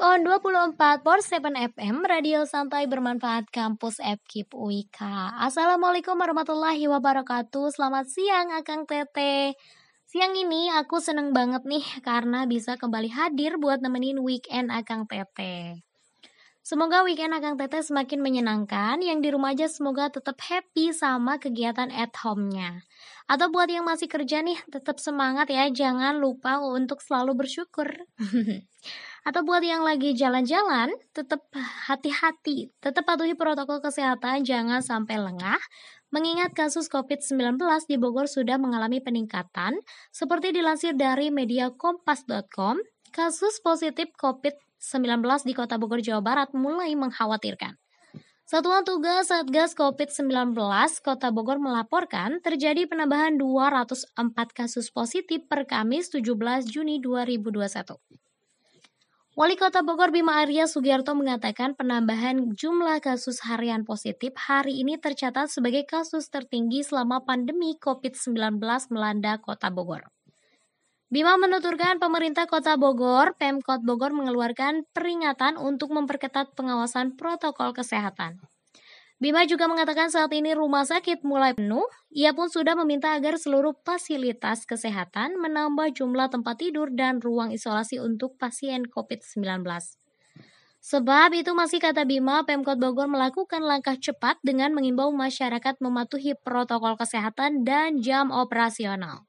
on 24/7 FM, radio santai bermanfaat kampus FKIP UIK. Assalamualaikum warahmatullahi wabarakatuh. Selamat siang Akang Teteh. Siang ini aku seneng banget nih karena bisa kembali hadir buat nemenin weekend Akang Teteh. Semoga weekend Akang Teteh semakin menyenangkan, yang di rumah aja semoga tetap happy sama kegiatan at home-nya. Atau buat yang masih kerja nih, tetap semangat ya, jangan lupa untuk selalu bersyukur. Atau buat yang lagi jalan-jalan, tetap hati-hati, tetap patuhi protokol kesehatan, jangan sampai lengah. Mengingat kasus COVID-19 di Bogor sudah mengalami peningkatan, seperti dilansir dari media kompas.com, kasus positif COVID-19 di Kota Bogor, Jawa Barat mulai mengkhawatirkan. Satuan Tugas Satgas COVID-19 Kota Bogor melaporkan terjadi penambahan 204 kasus positif per Kamis 17 Juni 2021. Wali Kota Bogor Bima Arya Sugiarto mengatakan penambahan jumlah kasus harian positif hari ini tercatat sebagai kasus tertinggi selama pandemi COVID-19 melanda Kota Bogor. Bima menuturkan pemerintah Kota Bogor, Pemkot Bogor mengeluarkan peringatan untuk memperketat pengawasan protokol kesehatan. Bima juga mengatakan saat ini rumah sakit mulai penuh, ia pun sudah meminta agar seluruh fasilitas kesehatan menambah jumlah tempat tidur dan ruang isolasi untuk pasien COVID-19. Sebab itu masih kata Bima, Pemkot Bogor melakukan langkah cepat dengan mengimbau masyarakat mematuhi protokol kesehatan dan jam operasional.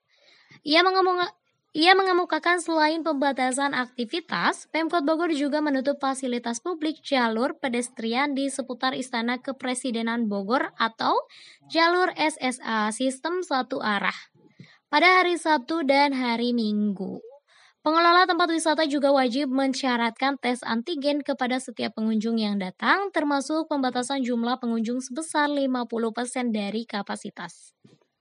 Ia mengemukakan selain pembatasan aktivitas, Pemkot Bogor juga menutup fasilitas publik jalur pedestrian di seputar Istana Kepresidenan Bogor atau jalur SSA sistem satu arah pada hari Sabtu dan hari Minggu. Pengelola tempat wisata juga wajib mensyaratkan tes antigen kepada setiap pengunjung yang datang, termasuk pembatasan jumlah pengunjung sebesar 50% dari kapasitas.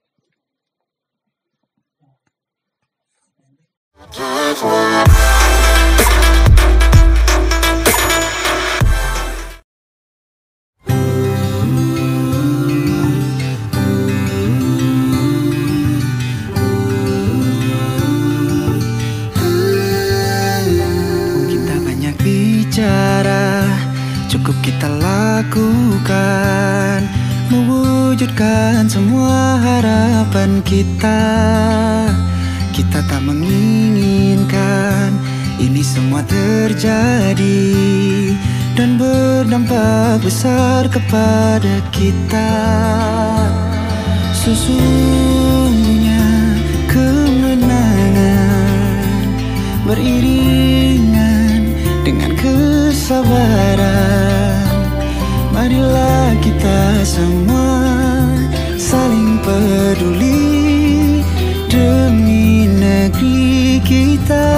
Kita banyak bicara, cukup kita lakukan, mewujudkan semua harapan kita. Kita tak menginginkan ini semua terjadi dan berdampak besar kepada kita. Sesungguhnya kemenangan beriringan dengan kesabaran. Marilah kita semua saling peduli demi negeri kita.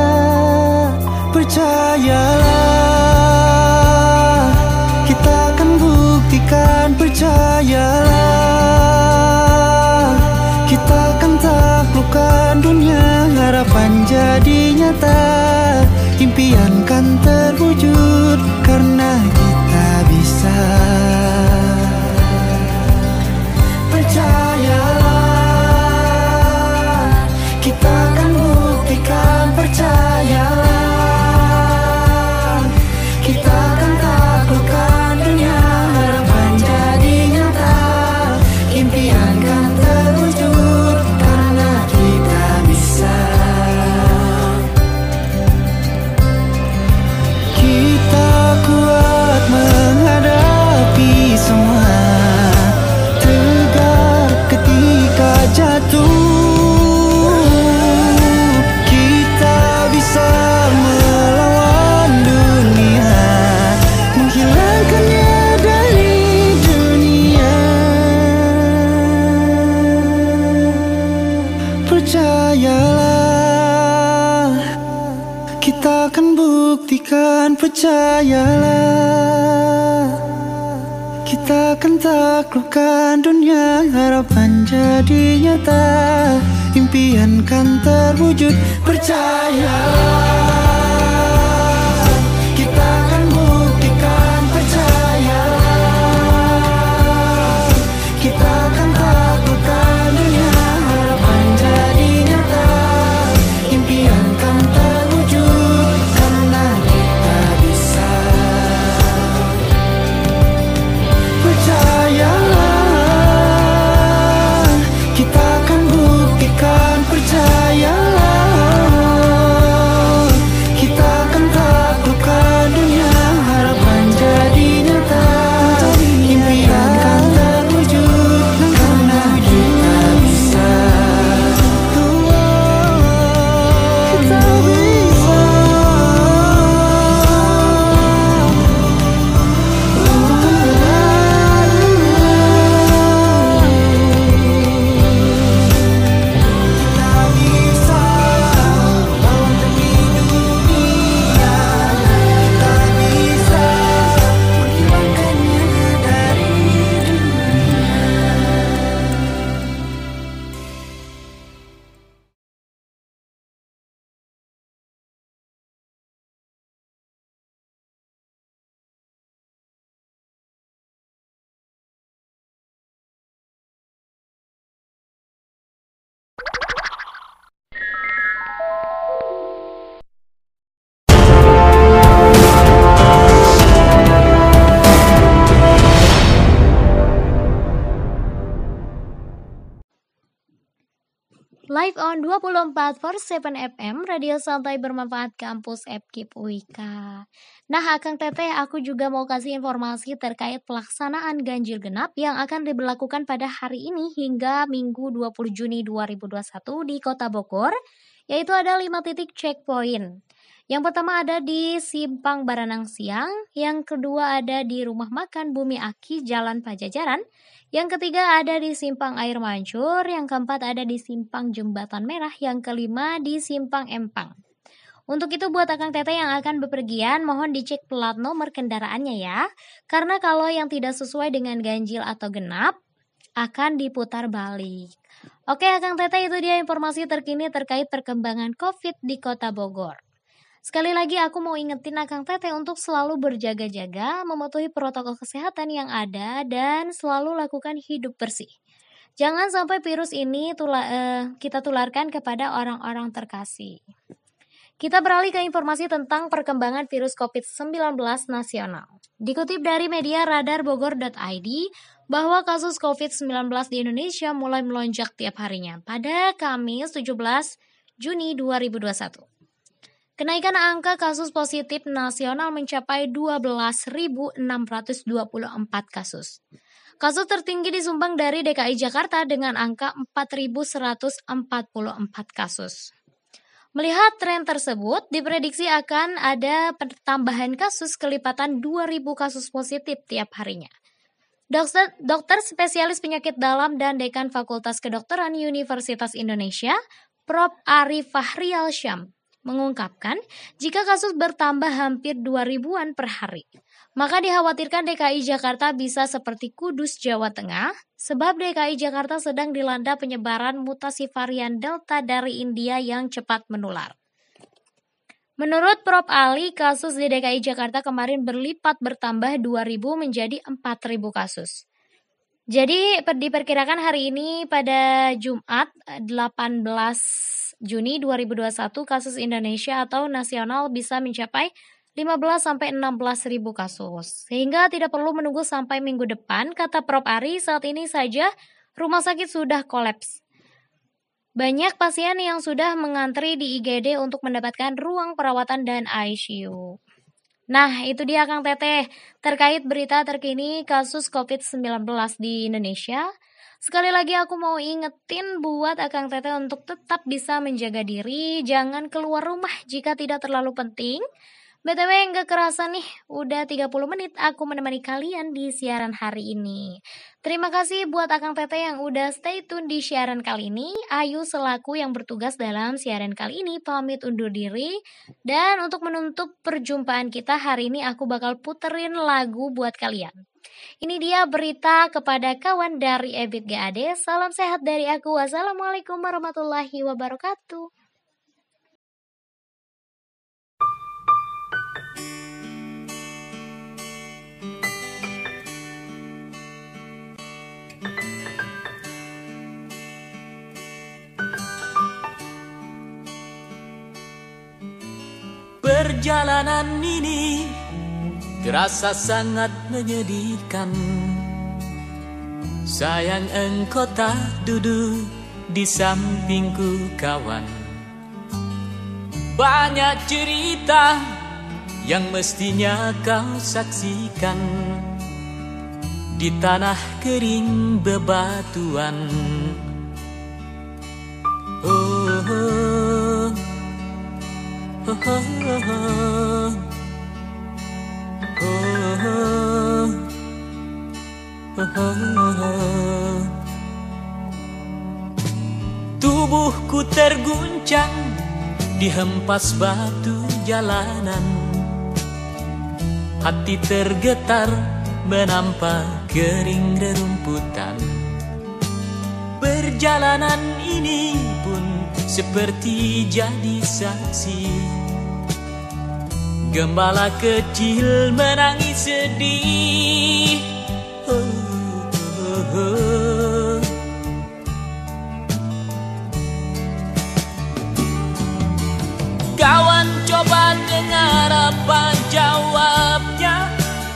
Percayalah, kita akan buktikan. Percayalah, kita akan taklukkan dunia. Harapan jadi nyata, impian kan terwujud karena kita bisa. Percayalah, kita akan buktikan. Percayalah, kita akan taklukkan dunia. Harapan jadi nyata, impian kan terwujud karena kita bisa. Kita kuat menghadapi semua, tegar ketika jatuh. Percayalah, kita akan buktikan. Percayalah, kita akan taklukkan dunia. Harapan jadi nyata, impian kan terwujud. Percayalah, kita akan buktikan. Percayalah, kita akan taklukkan dunia. Harapan jadi nyata, impian kan terwujud karena kita Live on 24/7 FM, radio santai bermanfaat kampus FKIP UIK. Nah, Akang Teteh, aku juga mau kasih informasi terkait pelaksanaan ganjil genap yang akan diberlakukan pada hari ini hingga Minggu 20 Juni 2021 di Kota Bogor, yaitu ada 5 titik checkpoint. Yang pertama ada di Simpang Baranang Siang, yang kedua ada di Rumah Makan Bumi Aki, Jalan Pajajaran, yang ketiga ada di Simpang Air Mancur, yang keempat ada di Simpang Jembatan Merah, yang kelima di Simpang Empang. Untuk itu buat Akang Teteh yang akan bepergian, mohon dicek plat nomor kendaraannya ya. Karena kalau yang tidak sesuai dengan ganjil atau genap, akan diputar balik. Oke Akang Teteh, itu dia informasi terkini terkait perkembangan COVID di Kota Bogor. Sekali lagi aku mau ingetin Akang Teteh untuk selalu berjaga-jaga, mematuhi protokol kesehatan yang ada, dan selalu lakukan hidup bersih. Jangan sampai virus ini kita tularkan kepada orang-orang terkasih. Kita beralih ke informasi tentang perkembangan virus COVID-19 nasional. Dikutip dari media radarbogor.id, bahwa kasus COVID-19 di Indonesia mulai melonjak tiap harinya pada Kamis 17 Juni 2021. Kenaikan angka kasus positif nasional mencapai 12.624 kasus. Kasus tertinggi disumbang dari DKI Jakarta dengan angka 4.144 kasus. Melihat tren tersebut, diprediksi akan ada pertambahan kasus kelipatan 2.000 kasus positif tiap harinya. Dokter spesialis penyakit dalam dan Dekan Fakultas Kedokteran Universitas Indonesia, Prof. Arif Fahrial Syam, mengungkapkan jika kasus bertambah hampir 2.000-an per hari, maka dikhawatirkan DKI Jakarta bisa seperti Kudus, Jawa Tengah, sebab DKI Jakarta sedang dilanda penyebaran mutasi varian Delta dari India yang cepat menular. Menurut Prof. Ali, kasus di DKI Jakarta kemarin berlipat bertambah 2.000 menjadi 4.000 kasus. Jadi diperkirakan hari ini pada Jumat 18 Juni 2021 kasus Indonesia atau nasional bisa mencapai 15-16 ribu kasus. Sehingga tidak perlu menunggu sampai minggu depan, kata Prof. Ari, saat ini saja rumah sakit sudah kolaps. Banyak pasien yang sudah mengantri di IGD untuk mendapatkan ruang perawatan dan ICU. Nah, itu dia Kang Teteh terkait berita terkini kasus COVID-19 di Indonesia. Sekali lagi aku mau ingetin buat Akang Teteh untuk tetap bisa menjaga diri, jangan keluar rumah jika tidak terlalu penting. BTW nggak kerasa nih, udah 30 menit aku menemani kalian di siaran hari ini. Terima kasih buat Akang Teteh yang udah stay tune di siaran kali ini. Ayu selaku yang bertugas dalam siaran kali ini pamit undur diri. Dan untuk menutup perjumpaan kita hari ini aku bakal puterin lagu buat kalian. Ini dia berita kepada kawan dari Ebit GAD. Salam sehat dari aku. Wassalamualaikum warahmatullahi wabarakatuh. Perjalanan ini terasa sangat menyedihkan. Sayang engkau tak duduk di sampingku kawan. Banyak cerita yang mestinya kau saksikan di tanah kering bebatuan. Oh, oh, oh, oh, oh. Tubuhku terguncang dihempas batu jalanan. Hati tergetar menampak kering rerumputan. Perjalanan ini pun seperti jadi saksi. Gembala kecil menangis sedih. Kawan coba dengar apa jawabnya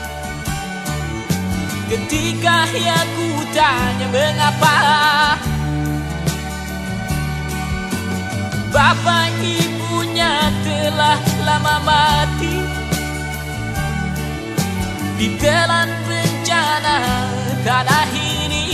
ketika aku tanya mengapa. Bapak ibunya telah lama mati ditelan bencana tanah ini.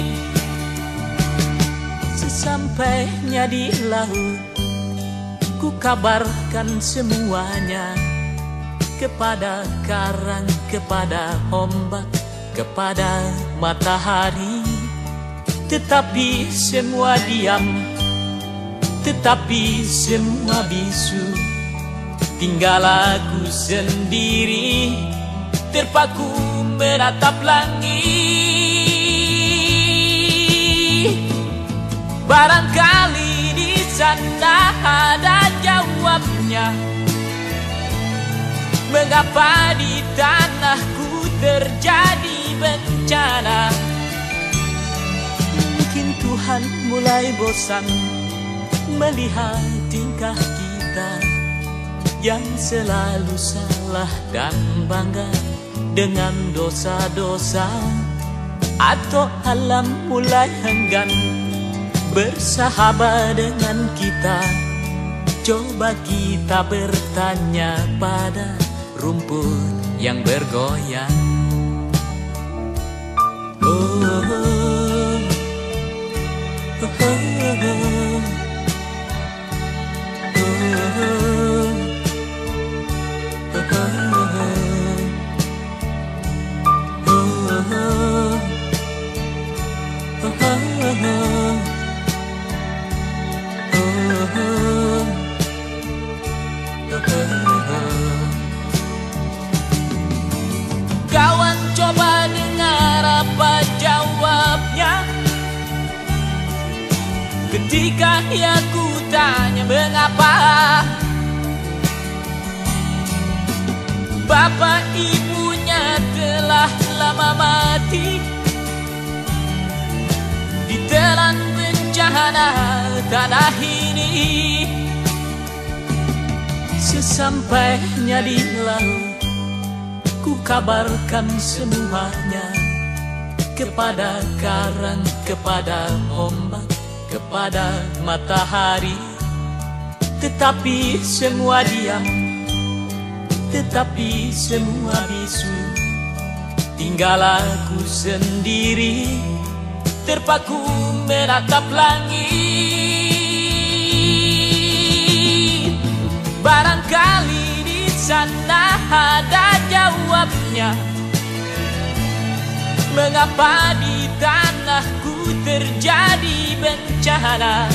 Sesampainya di laut, ku kabarkan semuanya kepada karang, kepada ombak, kepada matahari. Tetapi semua diam, tetapi semua bisu. Tinggal aku sendiri terpaku menatap langit. Barangkali di sana ada jawabnya, mengapa di tanahku terjadi bencana. Mungkin Tuhan mulai bosan melihat tingkah kita yang selalu salah dan bangga dengan dosa-dosa. Atau alam mulai enggan bersahabat dengan kita. Coba kita bertanya pada rumput yang bergoyang. Oh, oh, oh, oh, kawan, coba dengar apa jawabnya ketika aku tanya mengapa bapak ibunya telah lama mati ditelan bencana tanah ini. Sesampainya di laut, ku kabarkan semuanya kepada karang, kepada ombak, kepada matahari. Tetapi semua diam, tetapi semua bisu. Tinggal aku sendiri terpaku menatap langit. Barangkali di sana ada jawabnya, mengapa di tanahku terjadi bencana.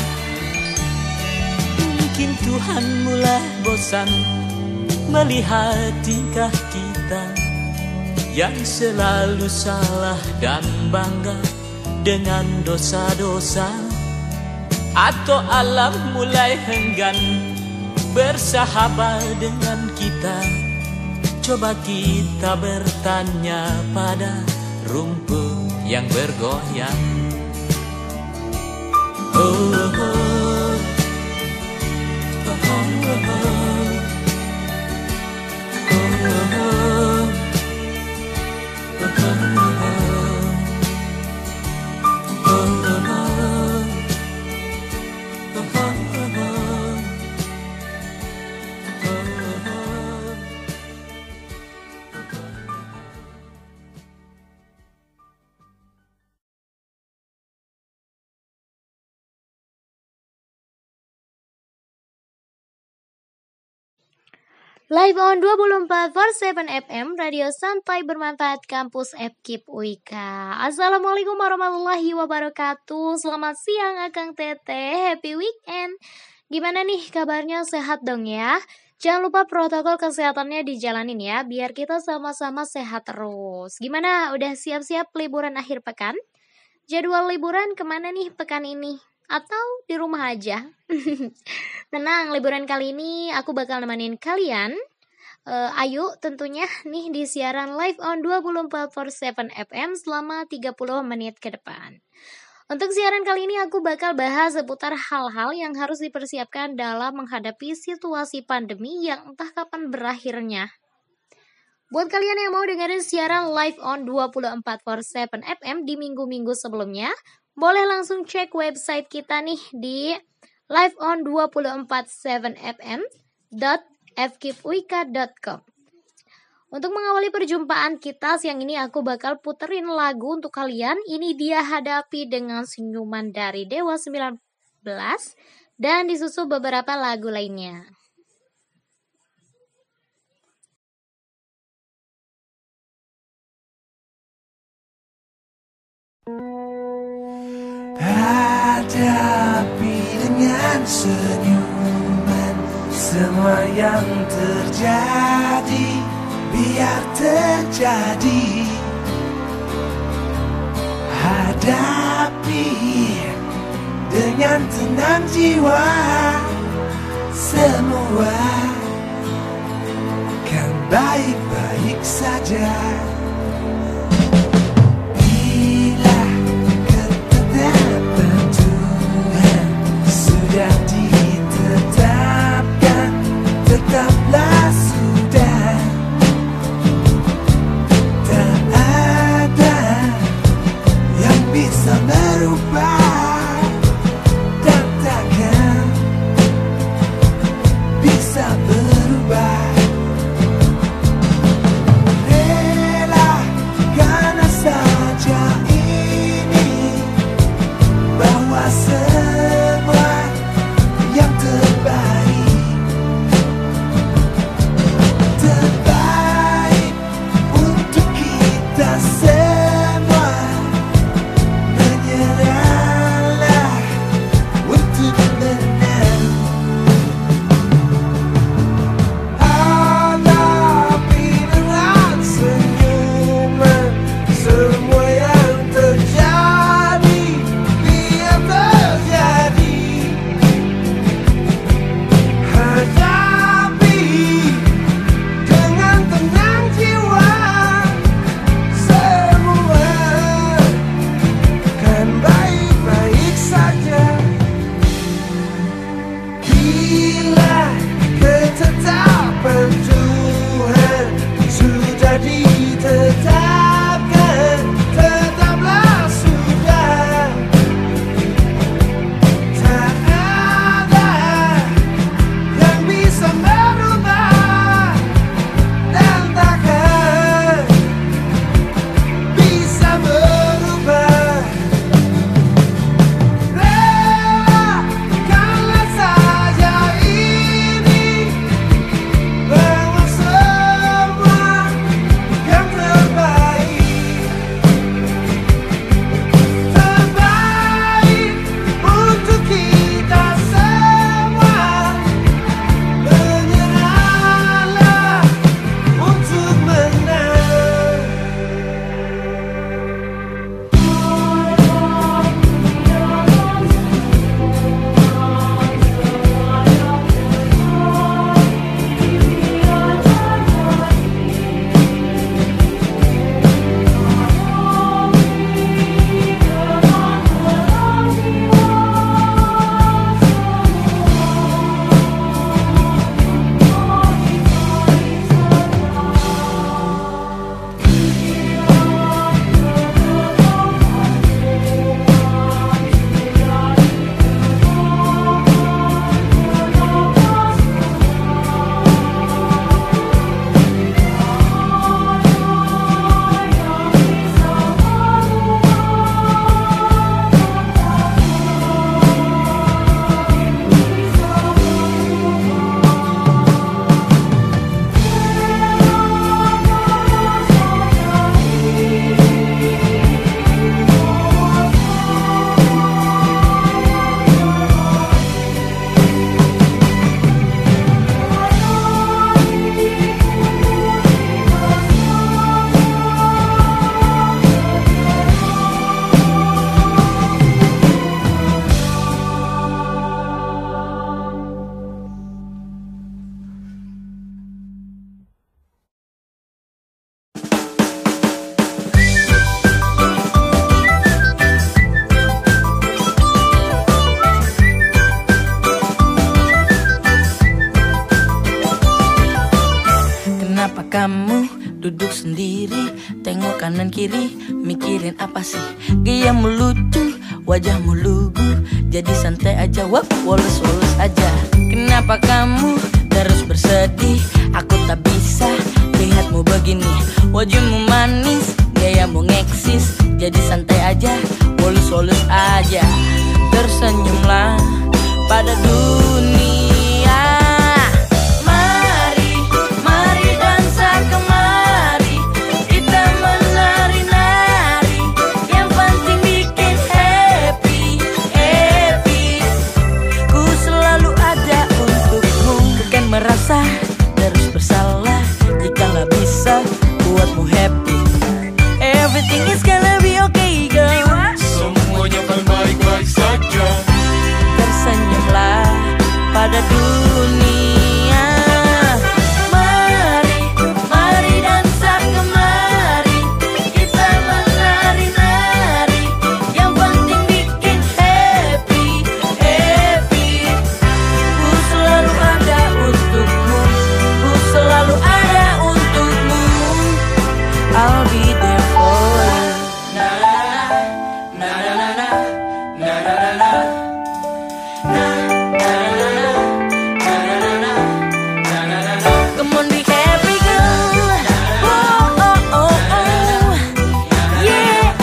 Mungkin Tuhan mulai bosan melihat tingkah kita yang selalu salah dan bangga dengan dosa-dosa. Atau alam mulai enggan bersahabat dengan kita. Coba kita bertanya pada rumput yang bergoyang. Oh, oh, oh. Oh, oh, oh. Oh, oh, oh. Oh, oh, Live on 24/7 FM, Radio Santai Bermanfaat Kampus FKIP UIK. Assalamualaikum warahmatullahi wabarakatuh. Selamat siang Akang Teteh, happy weekend. Gimana nih kabarnya, sehat dong ya? Jangan lupa protokol kesehatannya dijalanin ya, biar kita sama-sama sehat terus. Gimana, udah siap-siap liburan akhir pekan? Jadwal liburan kemana nih pekan ini? Atau di rumah aja? Tenang, liburan kali ini aku bakal nemenin kalian. Ayu tentunya nih di siaran live on 24/7 FM selama 30 menit ke depan. Untuk siaran kali ini aku bakal bahas seputar hal-hal yang harus dipersiapkan dalam menghadapi situasi pandemi yang entah kapan berakhirnya. Buat kalian yang mau dengerin siaran live on 24/7 FM di minggu-minggu sebelumnya, boleh langsung cek website kita nih di live on 247fm.fkipuika.com. Untuk mengawali perjumpaan kita siang ini, aku bakal puterin lagu untuk kalian. Ini dia Hadapi dengan Senyuman dari Dewa 19 dan disusul beberapa lagu lainnya. Hadapi dengan senyuman semua yang terjadi, biar terjadi. Hadapi dengan tenang jiwa, semua kan baik-baik saja. Bila ketetapan Tuhan sudah ditetapkan, tetaplah sudah. Tak ada yang bisa merubah dan takkan bisa berubah. Relakan saja ini, bahwa semua yang terbaik, terbaik untuk kita semua. Menyerahlah untuk menang. Hadapi dengan senyuman semua yang terjadi, biar terjadi. Hadapi dengan tenang jiwa, semua kan baik-baik saja. Bila ketetapan Tuhan sudah ditetapkan, tetaplah sudah. Tak ada yang bisa merubah dan takkan bisa berubah. Relakanlah saja ini, bahwa semua yang terbaik, terbaik untuk kita semua. Menyerahlah untuk menang. Kenapa kamu duduk sendiri, tengok kanan kiri, mikirin apa sih? Gayamu lucu, wajahmu lugu, jadi santai aja, wap, woles-woles aja. Kenapa kamu terus bersedih? Aku tak bisa lihatmu begini. Wajahmu manis, gayamu ngeksis, jadi santai aja, woles-woles aja. Tersenyumlah pada dunia. Mari, mari dansa kemari, kita menari-nari, yang penting bikin happy, happy. Ku selalu ada untukmu. Bukan merasa terus bersalah jika nggak bisa buatmu happy. Everything is gonna be okay, girl. Semuanya akan baik-baik saja. Tersenyumlah pada dunia. Mari, mari dansa kemari, kita menari-nari, yang penting bikin happy, happy. Ku selalu ada untukmu, ku selalu ada untukmu. I'll be there for you. Na na na na na na na na na. Come on, be happy, girl. Oh, oh, oh, oh. Yeah,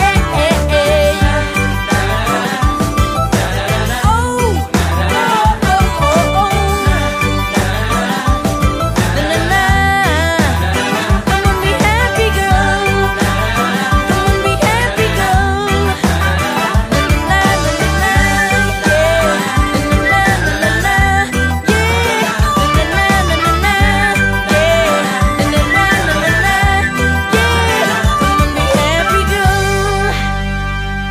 oh, oh, oh, oh. Na, na, na. Come on, be happy, girl. Come on, be happy, girl. Na, na, na, na, na, yeah. Na, na, na, na, na, yeah. Na, na, na, na, na, yeah. Na, na, na, na, na, na, yeah. Come on, be happy, girl.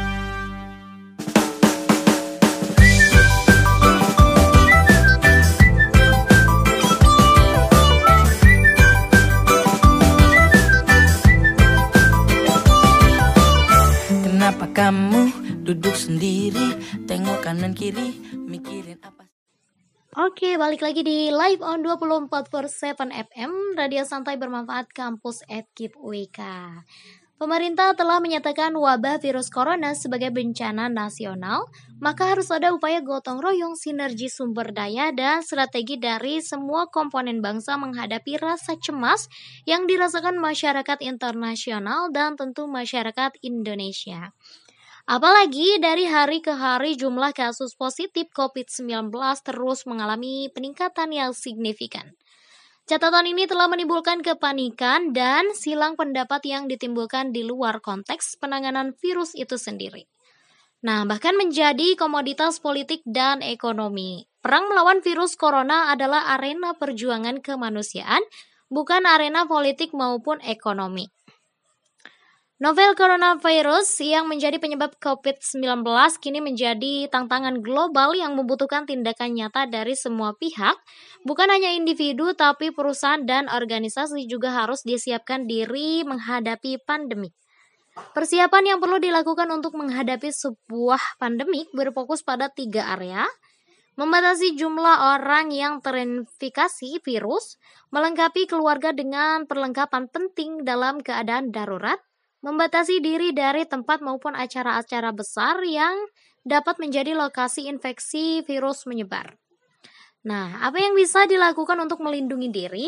Kenapa kamu duduk sendiri, tengok kanan kiri, mikirin apa? Oke, balik lagi di Live on 24/7 FM, radio santai bermanfaat kampus @KIP UIK. Pemerintah telah menyatakan wabah virus corona sebagai bencana nasional, maka harus ada upaya gotong royong, sinergi sumber daya, dan strategi dari semua komponen bangsa menghadapi rasa cemas yang dirasakan masyarakat internasional dan tentu masyarakat Indonesia. Apalagi dari hari ke hari jumlah kasus positif COVID-19 terus mengalami peningkatan yang signifikan. Catatan ini telah menimbulkan kepanikan dan silang pendapat yang ditimbulkan di luar konteks penanganan virus itu sendiri. Nah, bahkan menjadi komoditas politik dan ekonomi. Perang melawan virus corona adalah arena perjuangan kemanusiaan, bukan arena politik maupun ekonomi. Novel coronavirus yang menjadi penyebab COVID-19 kini menjadi tantangan global yang membutuhkan tindakan nyata dari semua pihak. Bukan hanya individu, tapi perusahaan dan organisasi juga harus disiapkan diri menghadapi pandemi. Persiapan yang perlu dilakukan untuk menghadapi sebuah pandemik berfokus pada 3 area: membatasi jumlah orang yang terinfeksi virus, melengkapi keluarga dengan perlengkapan penting dalam keadaan darurat, membatasi diri dari tempat maupun acara-acara besar yang dapat menjadi lokasi infeksi virus menyebar. Nah, apa yang bisa dilakukan untuk melindungi diri?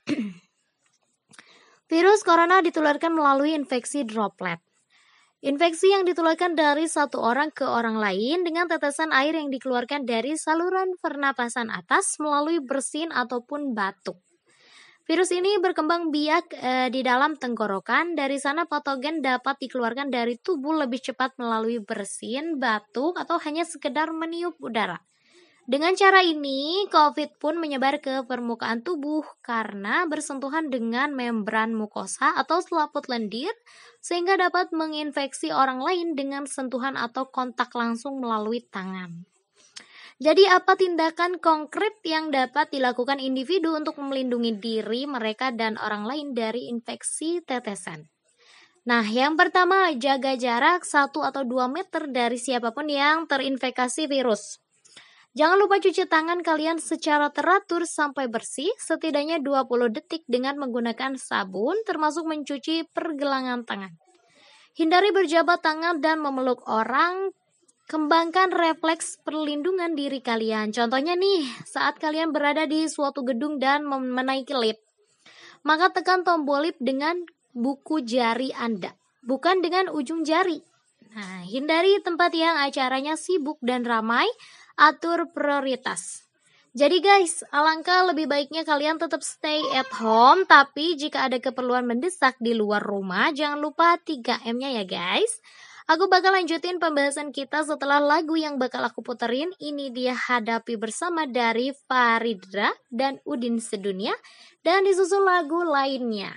Virus corona ditularkan melalui infeksi droplet. Infeksi yang ditularkan dari satu orang ke orang lain dengan tetesan air yang dikeluarkan dari saluran pernapasan atas melalui bersin ataupun batuk. Virus ini berkembang biak di dalam tenggorokan, dari sana patogen dapat dikeluarkan dari tubuh lebih cepat melalui bersin, batuk, atau hanya sekedar meniup udara. Dengan cara ini, COVID pun menyebar ke permukaan tubuh karena bersentuhan dengan membran mukosa atau selaput lendir, sehingga dapat menginfeksi orang lain dengan sentuhan atau kontak langsung melalui tangan. Jadi apa tindakan konkret yang dapat dilakukan individu untuk melindungi diri mereka dan orang lain dari infeksi tetesan? Nah, yang pertama, jaga jarak 1 atau 2 meter dari siapapun yang terinfeksi virus. Jangan lupa cuci tangan kalian secara teratur sampai bersih, setidaknya 20 detik dengan menggunakan sabun, termasuk mencuci pergelangan tangan. Hindari berjabat tangan dan memeluk orang Kembangkan refleks perlindungan diri kalian. Contohnya nih, saat kalian berada di suatu gedung dan menaiki lift, maka tekan tombol lift dengan buku jari Anda, bukan dengan ujung jari. Nah, hindari tempat yang acaranya sibuk dan ramai, atur prioritas. Jadi guys, alangkah lebih baiknya kalian tetap stay at home, tapi jika ada keperluan mendesak di luar rumah, jangan lupa 3M-nya ya guys. Aku bakal lanjutin pembahasan kita setelah lagu yang bakal aku puterin. Ini dia Hadapi Bersama dari Faridra dan Udin Sedunia, dan disusul lagu lainnya.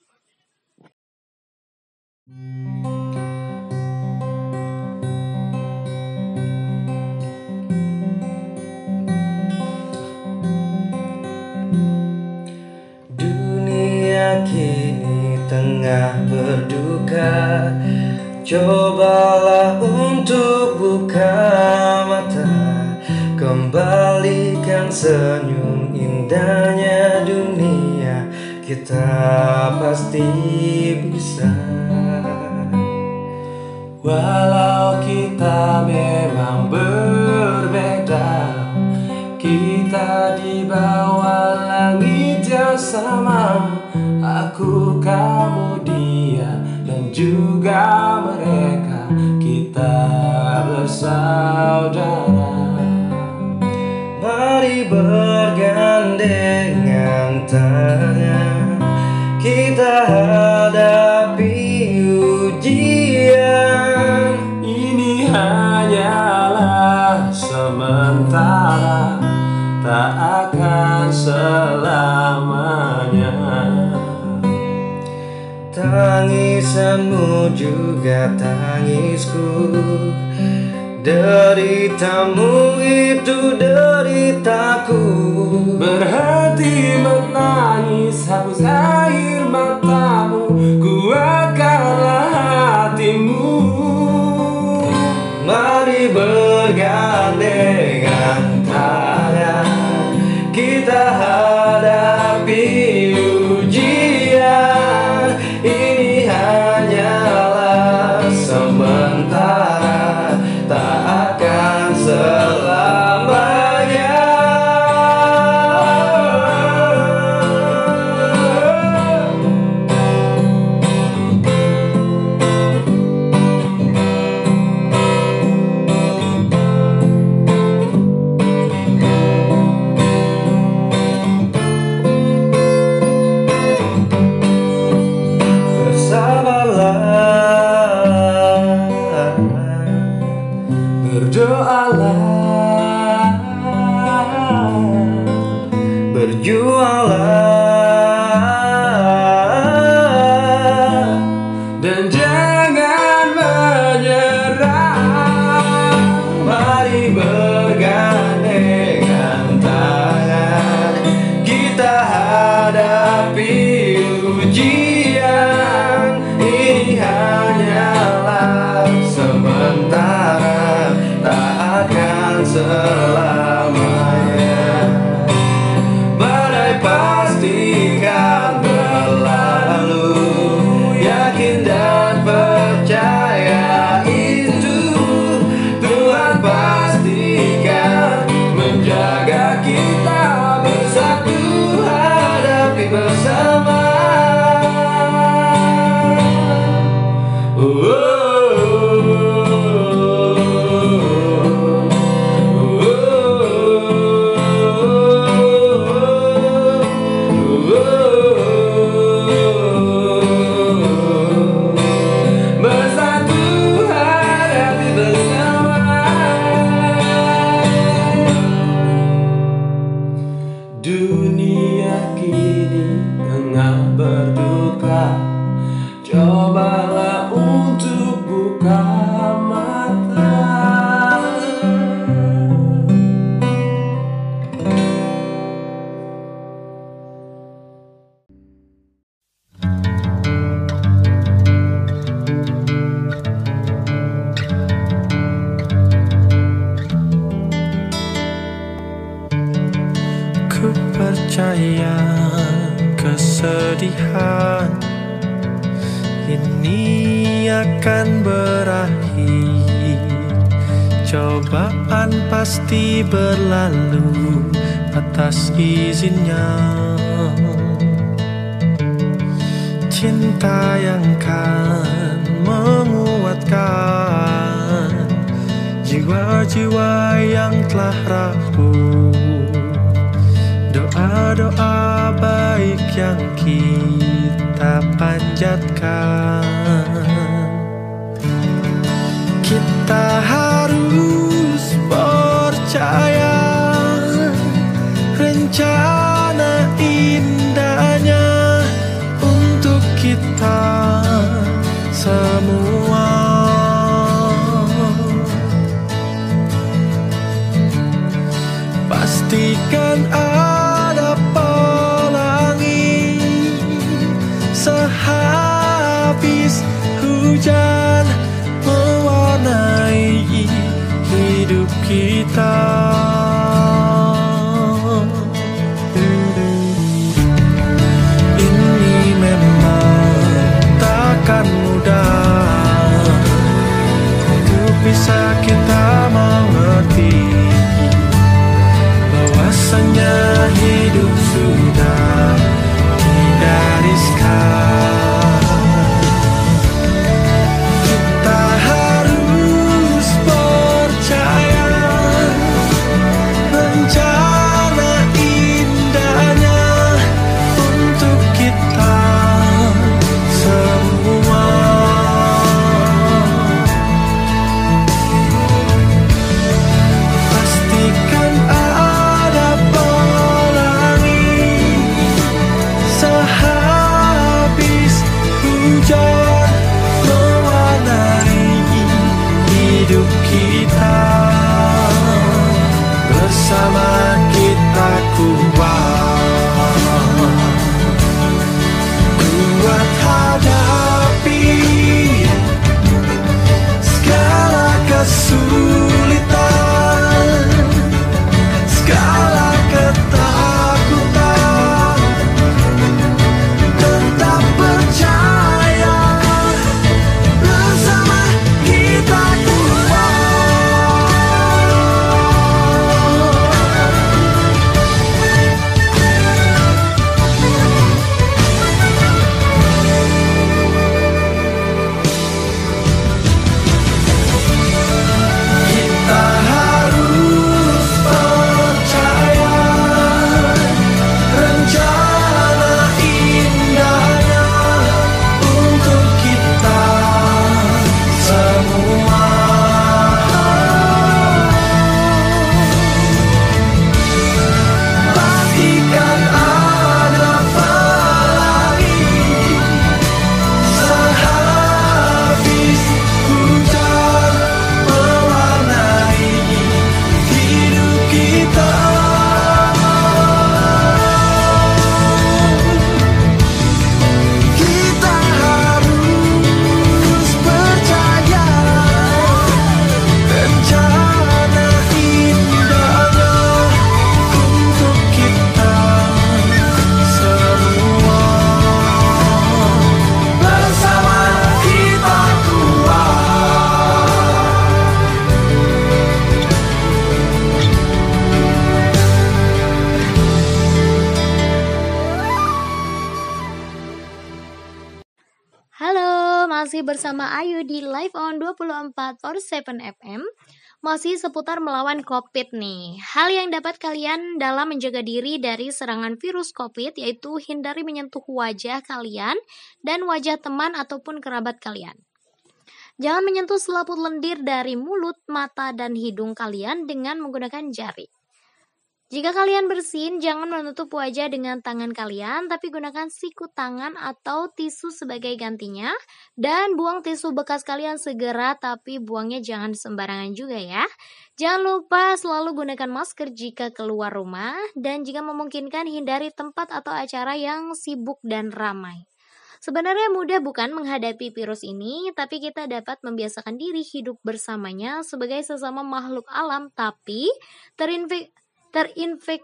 Dunia kini tengah berduka, cobalah untuk buka mata, kembalikan senyum indahnya dunia, kita pasti bisa. Walau kita memang berbeda, kita di bawah langit yang sama. Aku, kamu, dia, dan juga mereka, kita bersaudara. Mari bergandengan tangan, kita hadapi ujian. Ini hanyalah sementara, tak akan selamanya. Tangisanmu juga tangisku, deritamu itu deritaku. Berhenti menangis, hapus air matamu, kuatkanlah hatimu. Mari bergandengan tangan, kita hadapi ujian. Ini hanyalah sementara, tak akan selamanya. Berjuanglah dan jangan menyerah. Mari bergandengan tangan, kita hadapi ujian. Ini hanyalah sementara, tak akan selamanya. Badai pastikan berlalu, yakin dan percaya itu. Tuhan pastikan menjaga kita bersatu, hadapi bersama. Dunia kini tengah berduka, cobalah untuk buka mata. Ku percaya kesedihan ini akan berakhir Cobaan pasti berlalu atas izinnya. Cinta yang kan menguatkan jiwa-jiwa yang telah rapuh. Doa-doa baik yang kita panjatkan. Kita harus percaya rencana indahnya untuk kita semua. Pastikan ada pelangi sehabis hujan mewarnai hidup kita. Ini memang takkan mudah untuk bisa kita mengerti bahwasanya hidup sudah tidak riskan. Bersama kita kuat hadapi segala kesulitan, segala ketakutan. Tetap percaya bersama kita kuat. Masih bersama Ayu di Live on 24/7 FM. Masih seputar melawan COVID nih. Hal yang dapat kalian dalam menjaga diri dari serangan virus COVID yaitu hindari menyentuh wajah kalian dan wajah teman ataupun kerabat kalian. Jangan menyentuh selaput lendir dari mulut, mata, dan hidung kalian dengan menggunakan jari. Jika kalian bersin, jangan menutup wajah dengan tangan kalian, tapi gunakan siku tangan atau tisu sebagai gantinya. Dan buang tisu bekas kalian segera, tapi buangnya jangan sembarangan juga ya. Jangan lupa selalu gunakan masker jika keluar rumah, dan jika memungkinkan hindari tempat atau acara yang sibuk dan ramai. Sebenarnya mudah bukan menghadapi virus ini, tapi kita dapat membiasakan diri hidup bersamanya sebagai sesama makhluk alam, tapi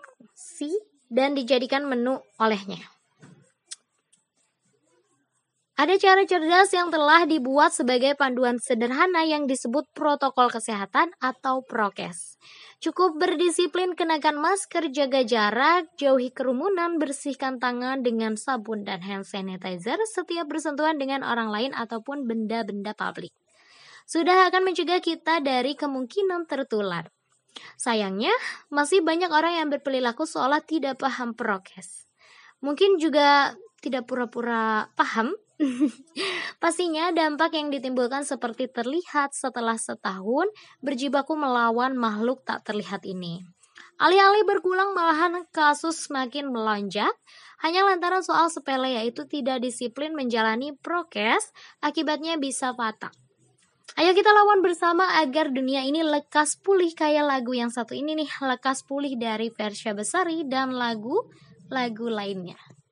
terinfeksi dan dijadikan menu olehnya. Ada cara cerdas yang telah dibuat sebagai panduan sederhana yang disebut protokol kesehatan atau prokes. Cukup berdisiplin kenakan masker, jaga jarak, jauhi kerumunan, bersihkan tangan dengan sabun dan hand sanitizer setiap bersentuhan dengan orang lain ataupun benda-benda publik. Sudah akan mencegah kita dari kemungkinan tertular. Sayangnya, masih banyak orang yang berperilaku seolah tidak paham prokes. Mungkin juga tidak pura-pura paham. Pastinya dampak yang ditimbulkan seperti terlihat setelah setahun berjibaku melawan makhluk tak terlihat ini. Alih-alih berkurang malahan kasus semakin melonjak hanya lantaran soal sepele yaitu tidak disiplin menjalani prokes, akibatnya bisa fatal. Ayo kita lawan bersama agar dunia ini lekas pulih kayak lagu yang satu ini nih, lekas pulih dari Versya Besari dan lagu-lagu lainnya.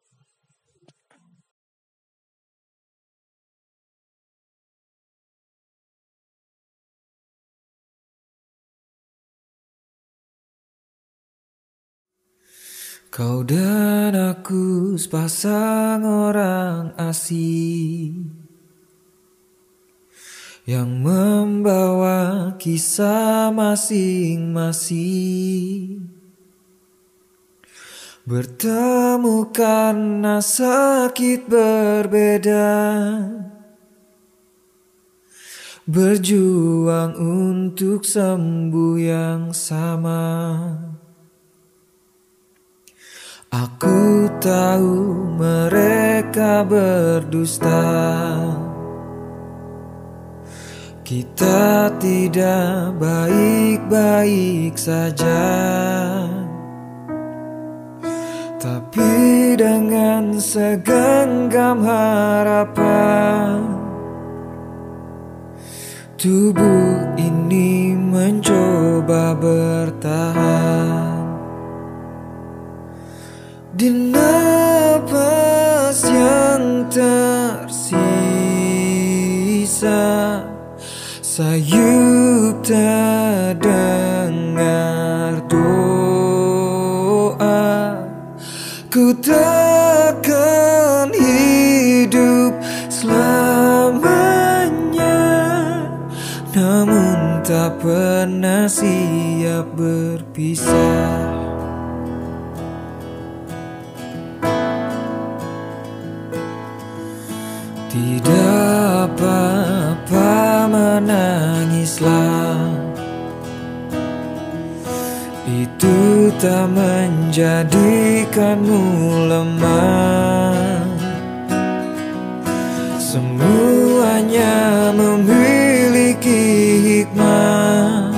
Kau dan aku sepasang orang asing yang membawa kisah masing-masing, bertemu karena sakit berbeda, berjuang untuk sembuh yang sama. Aku tahu mereka berdusta, kita tidak baik-baik saja. Tapi dengan segenggam harapan, tubuh ini mencoba bertahan. Di napas yang tersisa, sayup terdengar doa. Ku takkan hidup selamanya, namun tak pernah siap berpisah. Tidak apa-apa menangislah, itu tak menjadikanmu lemah. Semuanya memiliki hikmah.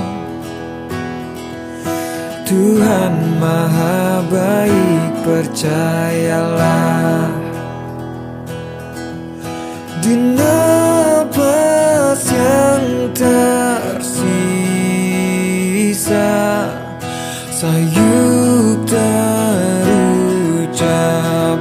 Tuhan Maha Baik, percayalah. Di napas yang tersisa, sayup terucap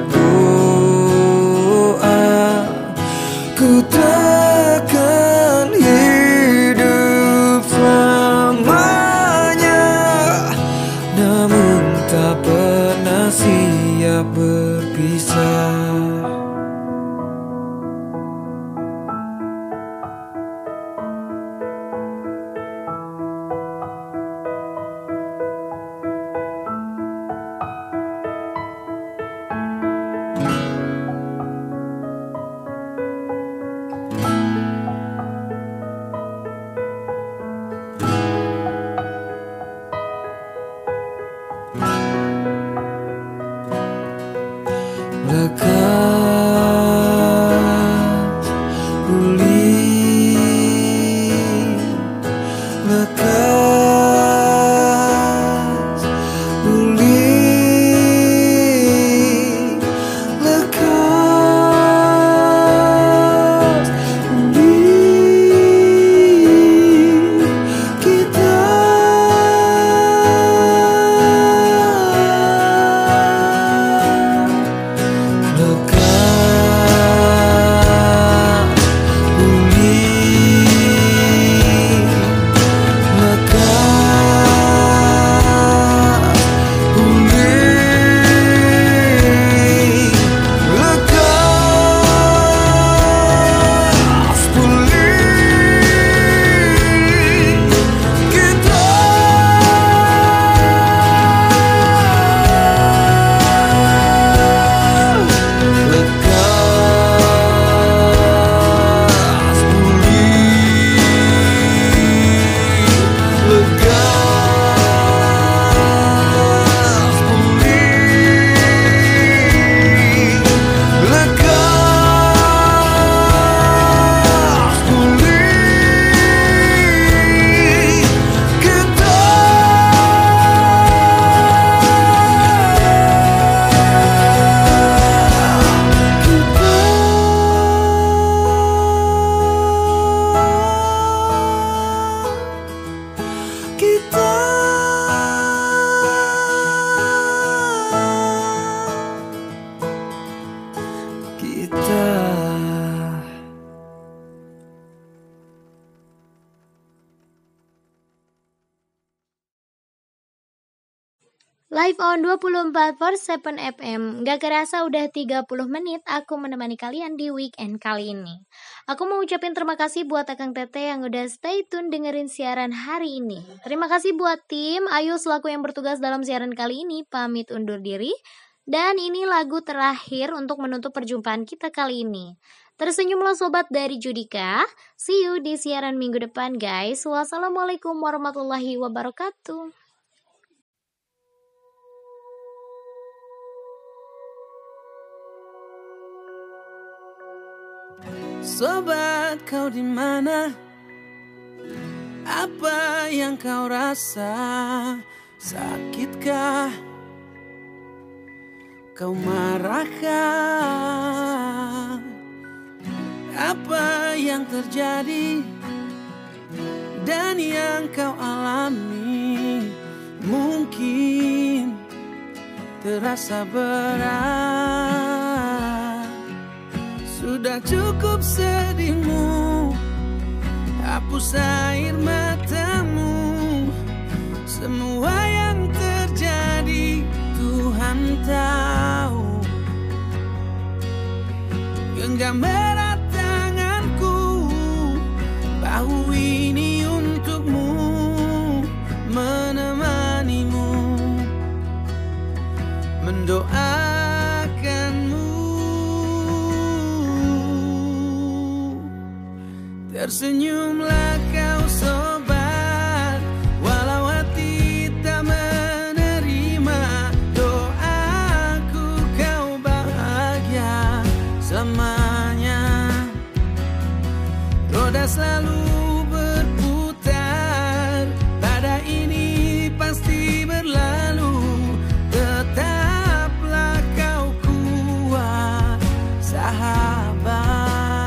doa. Ku takkan hidup selamanya, namun tak pernah siap berpisah. Live on 24/7 FM. Gak kerasa udah 30 menit aku menemani kalian di weekend kali ini. Aku mau ucapin terima kasih buat Akang Tete yang udah stay tune dengerin siaran hari ini. Terima kasih buat tim Ayu selaku yang bertugas dalam siaran kali ini. Pamit undur diri. Dan ini lagu terakhir untuk menutup perjumpaan kita kali ini. Tersenyumlah sobat dari Judika. See you di siaran minggu depan guys. Wassalamualaikum warahmatullahi wabarakatuh. Sobat, kau di mana? Apa yang kau rasa? Sakitkah? Kau marahkah? Apa yang terjadi dan yang kau alami mungkin terasa berat. Sudah cukup sedihmu, hapus air matamu. Semua yang terjadi Tuhan tahu. Genggam erat tanganku, bahu ini untukmu, menemanimu, mendoakanmu. Tersenyumlah kau sobat, walau hati tak menerima doaku, kau bahagia selamanya. Roda selalu berputar, badai ini pasti berlalu. Tetaplah kau kuat sahabat.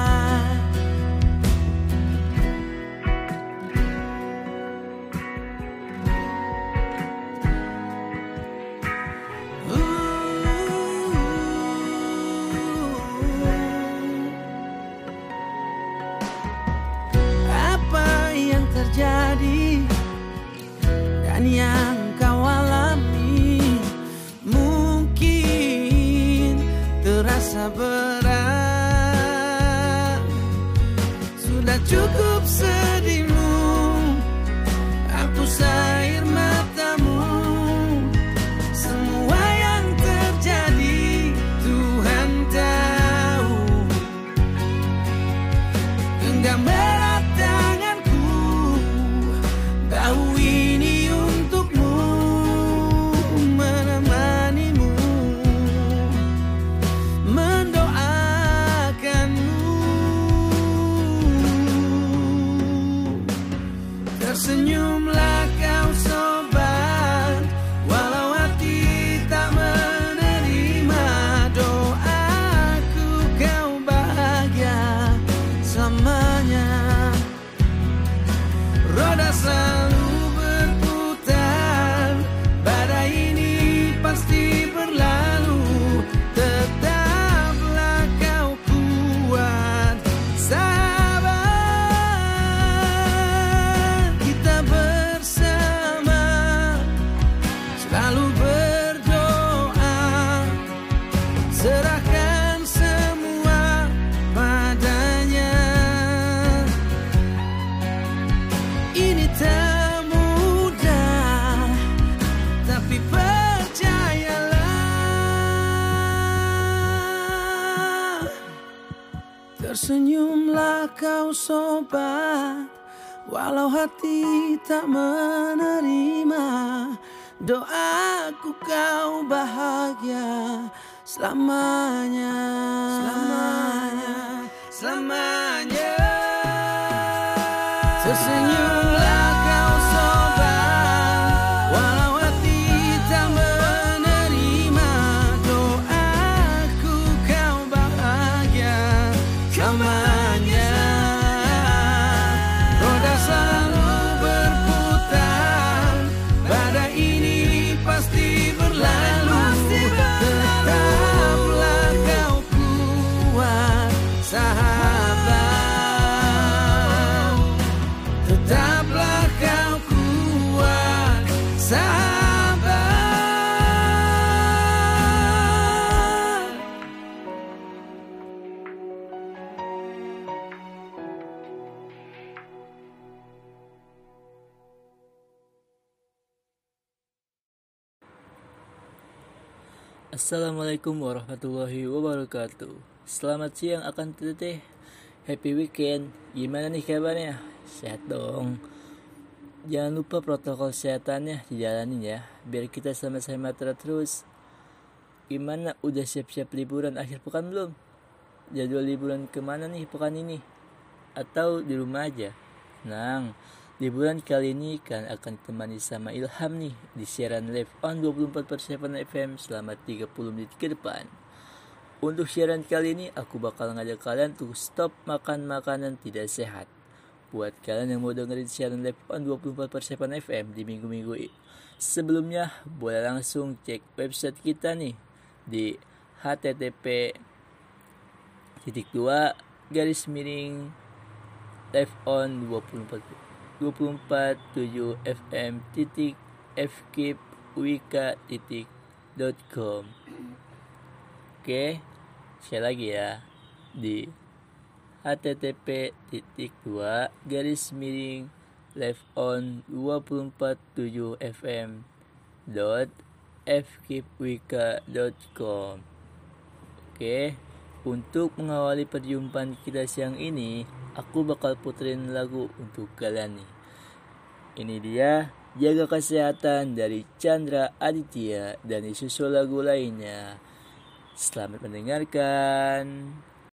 Terjadi dan yang kau alami mungkin terasa berat. Sudah cukup sedihmu, hapus air matamu. Semua yang terjadi Tuhan tahu. Genggam erat tanganku, bahu ini untukmu, menemanimu, mendoakanmu. Tersenyumlah kau sobat, walau hati tak menerima doaku, kau bahagia selamanya. Roda selalu berputar, badai ini pasti berlalu. Tetaplah kau kuat sahabat. Kita bersama selalu berdoa, serahkan semua padanya. Ini tak mudah, tapi percayalah. Tersenyumlah kau sobat, walau hati tak menerima doaku, kau bahagia selamanya. Selamanya, selamanya. Tersenyumlah kau sobat, walau hati tak menerima doaku, kau bahagia selamanya. Roda selalu berputar, badai ini pasti berlalu. Tetaplah kau kuat sahabat. Tetap Assalamualaikum warahmatullahi wabarakatuh. Selamat siang akan teteh. Happy weekend. Gimana nih kabarnya? Sehat dong. Jangan lupa protokol kesehatannya dijalanin ya, biar kita sama-sama terus. Gimana, udah siap-siap liburan akhir pekan belum? Jadwal liburan kemana nih pekan ini? Atau di rumah aja? Tenang, liburan kali ini kan akan temani sama Ilham nih di siaran live on 24/7 FM selama 30 menit ke depan. Untuk siaran kali ini aku bakal ngajak kalian untuk stop makan makanan tidak sehat. Buat kalian yang mau dengerin siaran live on 24/7 FM di minggu-minggu sebelumnya, boleh langsung cek website kita nih di http:// live on 24/7fm.fkipwika.com. Oke, sekali lagi ya, di http:// live on 24/7fm.fkipwika.com. Oke, untuk mengawali perjumpaan kita siang ini, aku bakal puterin lagu untuk kalian nih. Ini dia Jaga Kesehatan dari Chandra Aditya dan disusul lagu lainnya. Selamat mendengarkan.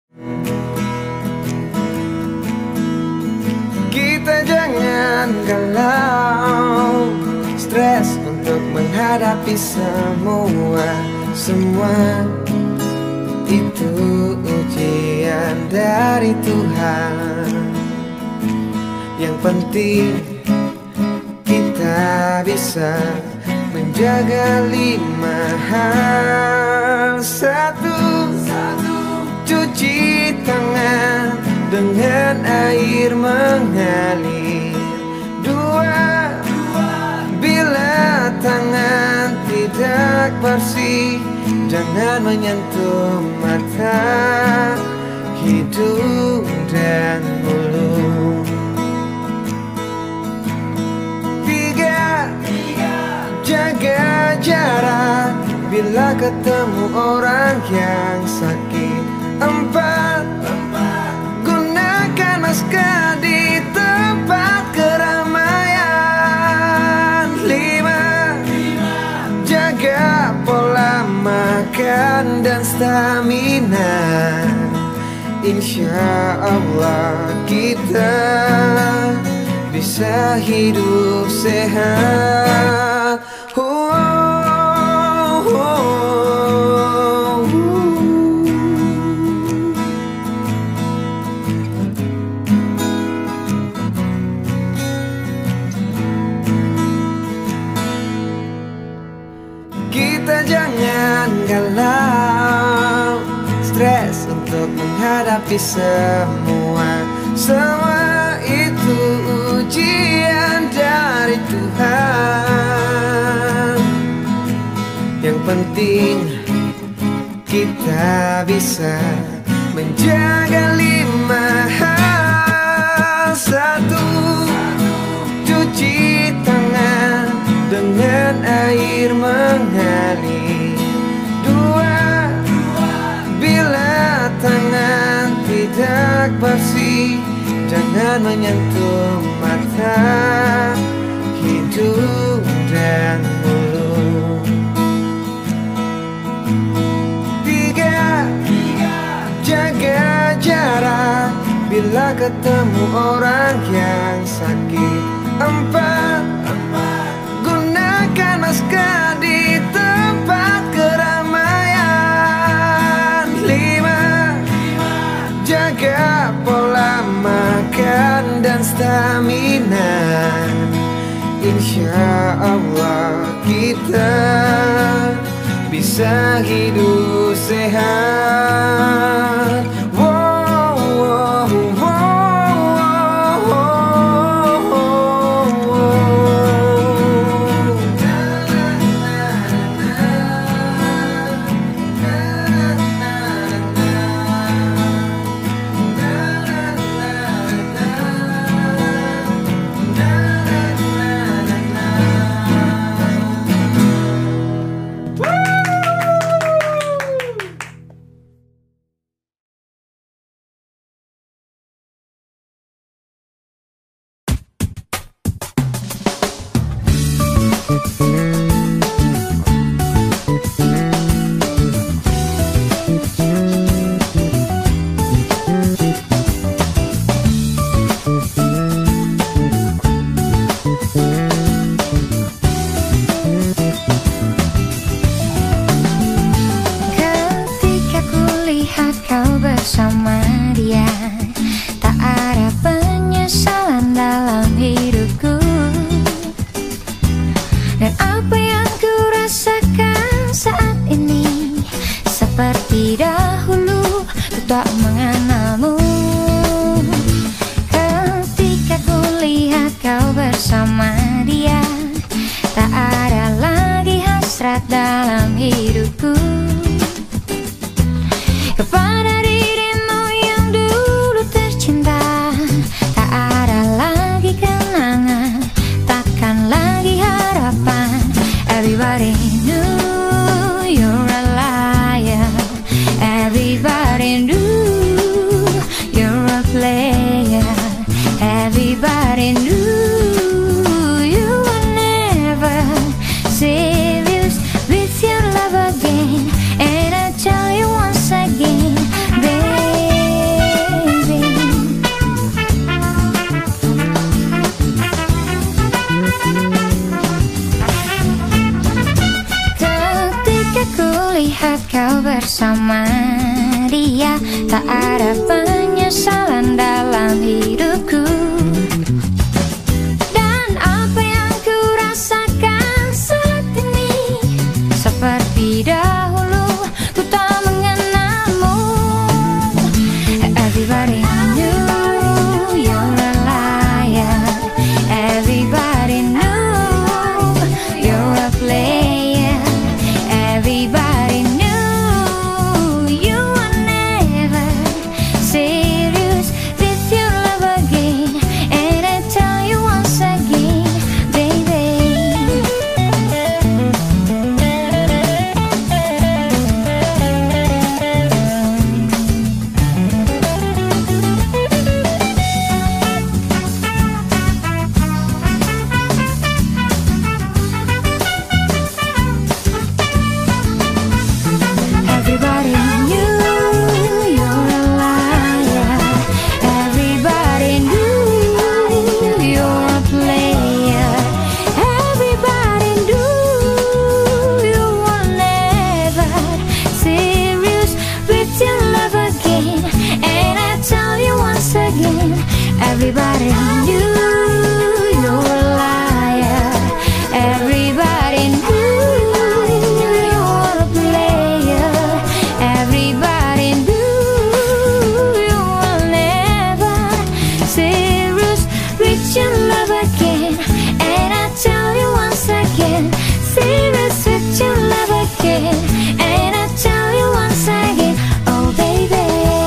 Kita jangan galau, stres untuk menghadapi semua itu ujian dari Tuhan. Yang penting kita bisa menjaga 5 hal. 1. Cuci tangan dengan air mengalir. 2. Bila tangan tidak bersih, jangan menyentuh mata, hidung, dan mulut. 3. Jaga jarak bila ketemu orang yang sakit. 4. Gunakan masker di tempat keramaian. 5. Jaga pola makan dan stamina. Insya Allah kita bisa hidup sehat. Kita jangan galau, stres untuk menghadapi semua itu ujian dari Tuhan. Yang penting kita bisa menjaga 5 hal. 1. Cuci tangan dengan air mengalir. 2. Bila tangan tidak bersih, jangan menyentuh mata, hidung, dan mulut. 3. Jaga jarak bila ketemu orang yang sakit. 4. Gunakan masker di tempat keramaian. 5. Jaga pola makan dan stamina. Insya Allah kita bisa hidup sehat. bersama dia. Tak ada penyesalan dalam hidupku. Dan apa yang ku rasakan saat ini, seperti dahulu ku tak mengenalmu. Everybody knew you're a liar. Everybody knew you're a player. Everybody knew you were never serious with your love again. And I tell you once again, baby. Everybody knew you're a liar. Everybody knew you're a player. Everybody knew you were never serious with your love again. And I tell you once again, everybody knew you're a liar. Everybody knew you were a player. Everybody knew you were never serious with your love again. And I tell you once again, serious with your love again. And I tell you once again, oh baby.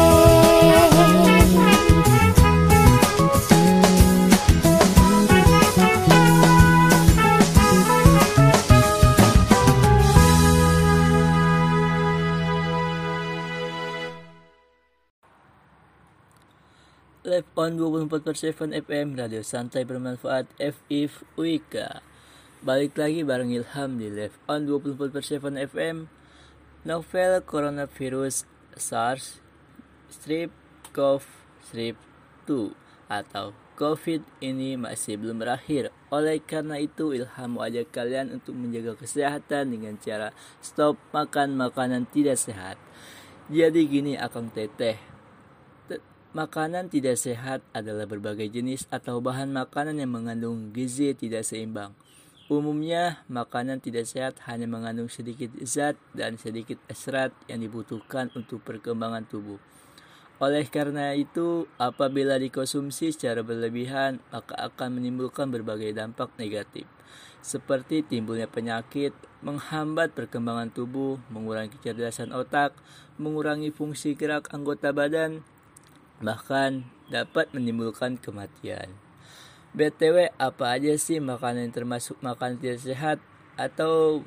Live on 24/7 FM, Radio Santai Bermanfaat FIF UIK. Balik lagi bareng Ilham di Live on 24/7 FM. Novel coronavirus SARS strip CoV-2 atau COVID ini masih belum berakhir. Oleh karena itu, Ilham mau ajak kalian untuk menjaga kesehatan dengan cara stop makan makanan tidak sehat. Jadi gini Akang Teteh, makanan tidak sehat adalah berbagai jenis atau bahan makanan yang mengandung gizi tidak seimbang. Umumnya, makanan tidak sehat hanya mengandung sedikit zat dan sedikit serat yang dibutuhkan untuk perkembangan tubuh. Oleh karena itu, apabila dikonsumsi secara berlebihan, maka akan menimbulkan berbagai dampak negatif, seperti timbulnya penyakit, menghambat perkembangan tubuh, mengurangi kecerdasan otak, mengurangi fungsi gerak anggota badan, bahkan dapat menimbulkan kematian. BTW, apa aja sih makanan yang termasuk makanan tidak sehat? Atau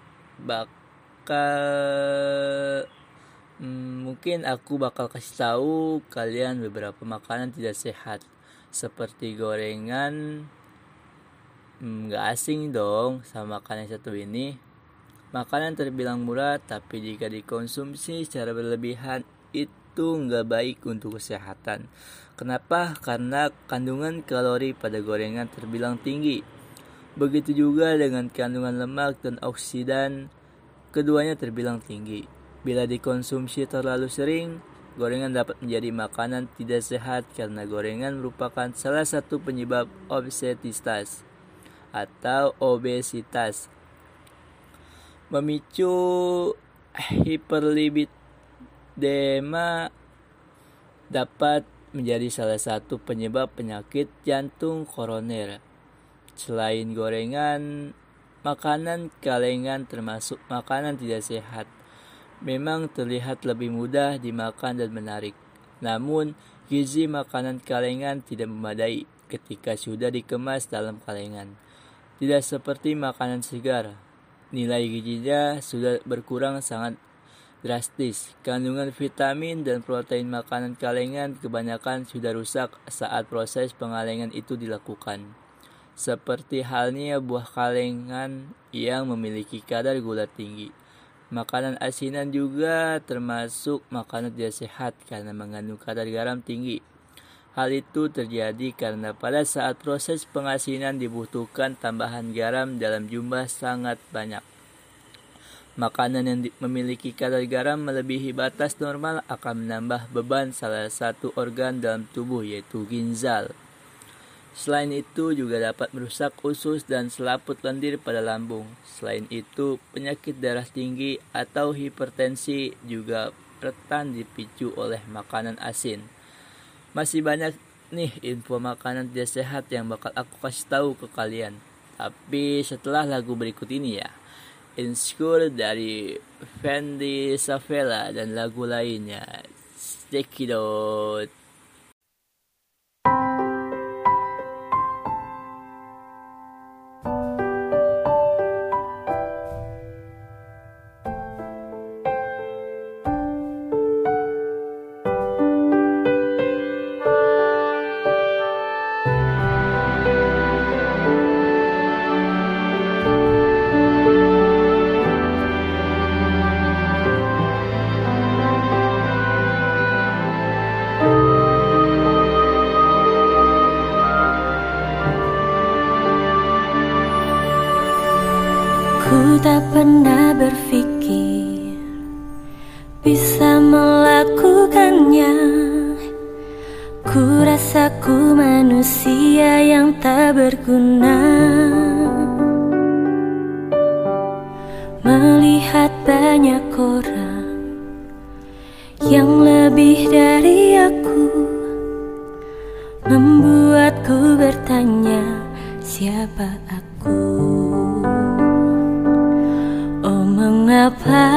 mungkin aku bakal kasih tahu kalian beberapa makanan tidak sehat, seperti gorengan. Gak asing dong sama makanan satu ini. Makanan terbilang murah, tapi jika dikonsumsi secara berlebihan itu nggak baik untuk kesehatan. Kenapa? Karena kandungan kalori pada gorengan terbilang tinggi. Begitu juga dengan kandungan lemak dan oksidan, keduanya terbilang tinggi. Bila dikonsumsi terlalu sering, gorengan dapat menjadi makanan tidak sehat karena gorengan merupakan salah satu penyebab obesitas atau obesitas. Memicu hiperlipidemia dapat menjadi salah satu penyebab penyakit jantung koroner. Selain gorengan, makanan kalengan termasuk makanan tidak sehat. Memang terlihat lebih mudah dimakan dan menarik. Namun, gizi makanan kalengan tidak memadai ketika sudah dikemas dalam kalengan. Tidak seperti makanan segar. Nilai gizinya sudah berkurang sangat drastis. Kandungan vitamin dan protein makanan kalengan kebanyakan sudah rusak saat proses pengalengan itu dilakukan. Seperti halnya buah kalengan yang memiliki kadar gula tinggi. Makanan asinan juga termasuk makanan tidak sehat karena mengandung kadar garam tinggi. Hal itu terjadi karena pada saat proses pengasinan dibutuhkan tambahan garam dalam jumlah sangat banyak. Makanan yang memiliki kadar garam melebihi batas normal akan menambah beban salah satu organ dalam tubuh, yaitu ginjal. Selain itu juga dapat merusak usus dan selaput lendir pada lambung. Selain itu, penyakit darah tinggi atau hipertensi juga rentan dipicu oleh makanan asin. Masih banyak nih info makanan tidak sehat yang bakal aku kasih tahu ke kalian. Tapi setelah lagu berikut ini ya. Insecure dari Fendi Savella dan lagu lainnya. Check it out. Ku tak pernah berpikir bisa melakukannya. Ku rasa ku manusia yang tak berguna. Melihat banyak orang yang lebih dari aku, membuatku bertanya, siapa aku? Oh, mengapa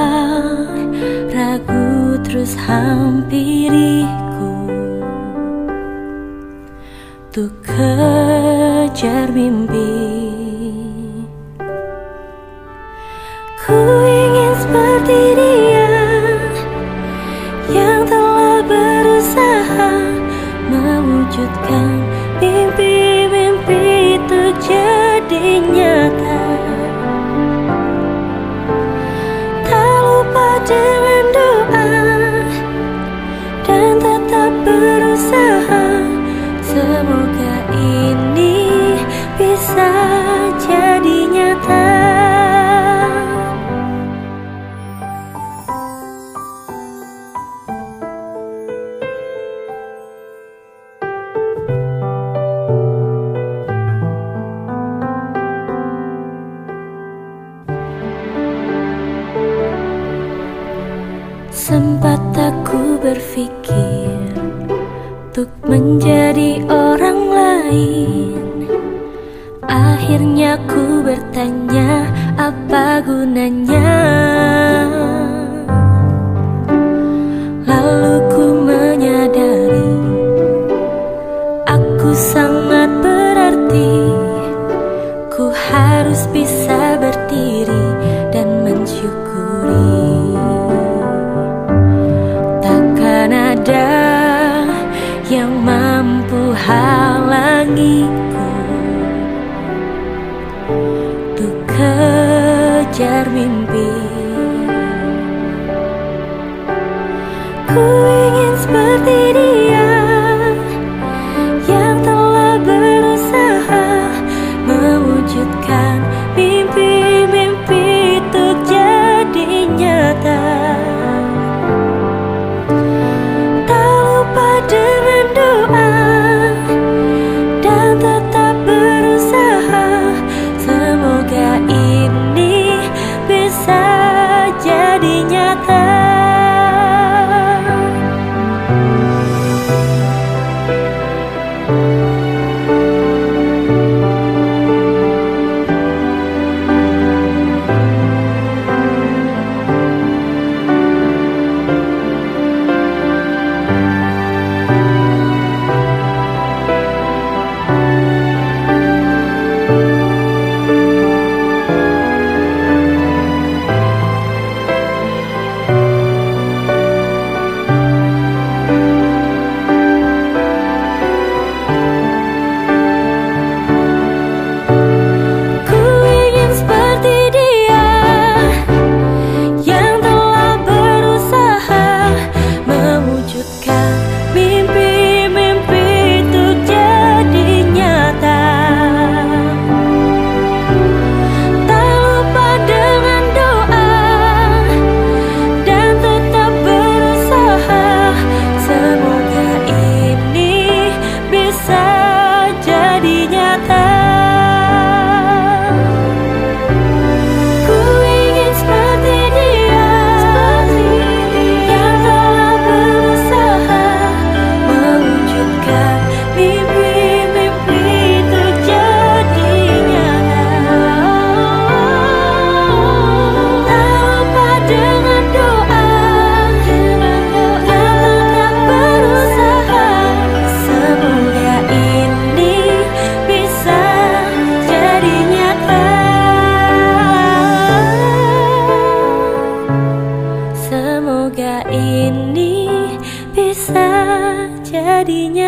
ragu terus hampiriku untuk kejar mimpi? Ku ingin seperti dia yang telah berusaha mewujudkan mimpi-mimpi itu jadi nyata. Tak lupa dengan doa dan tetap berusaha. Semoga ini bisa jadi nyata. Sempat aku berpikir untuk menjadi orang lain. Akhirnya ku bertanya, apa gunanya? Lalu ku menyadari aku sangat berarti. Ku harus bisa berdiri dan mensyukuri. Ada yang mampu halangiku untuk kejar mimpi. Ku ingin seperti dia yang telah berusaha mewujudkan mimpi-mimpi untuk jadi nyata. Dengan doa dan tetap berusaha, semoga ini bisa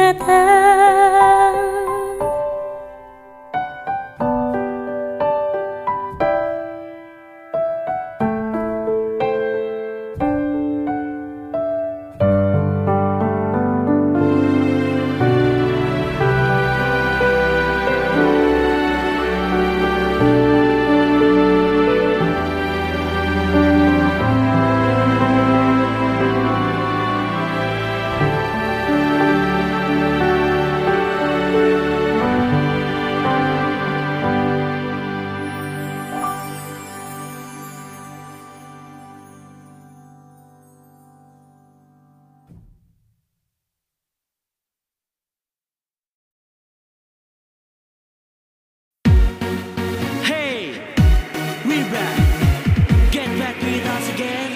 nyata. Hey, we're back. Get back with us again.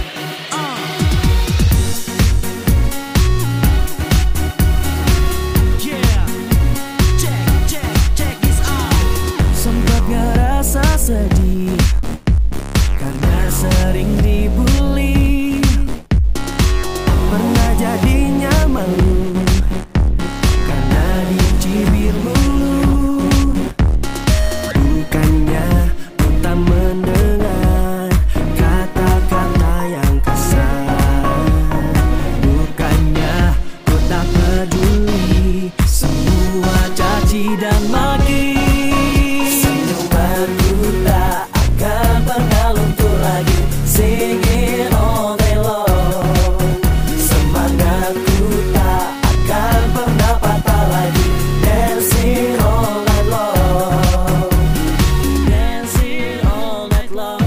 Yeah, check this out. Sempatnya rasa sedih karena sering dibully. Pernah jadinya malu karena dicibir mulu. Bukannya ku tak mendengar kata-kata yang kasar. Bukannya ku tak peduli semua caci dan maki. Senyumanku tak akan pernah luntur lagi. Singing all day long. Semangatku tak akan pernah patah lagi. Dancing all night long. Dancing all night long.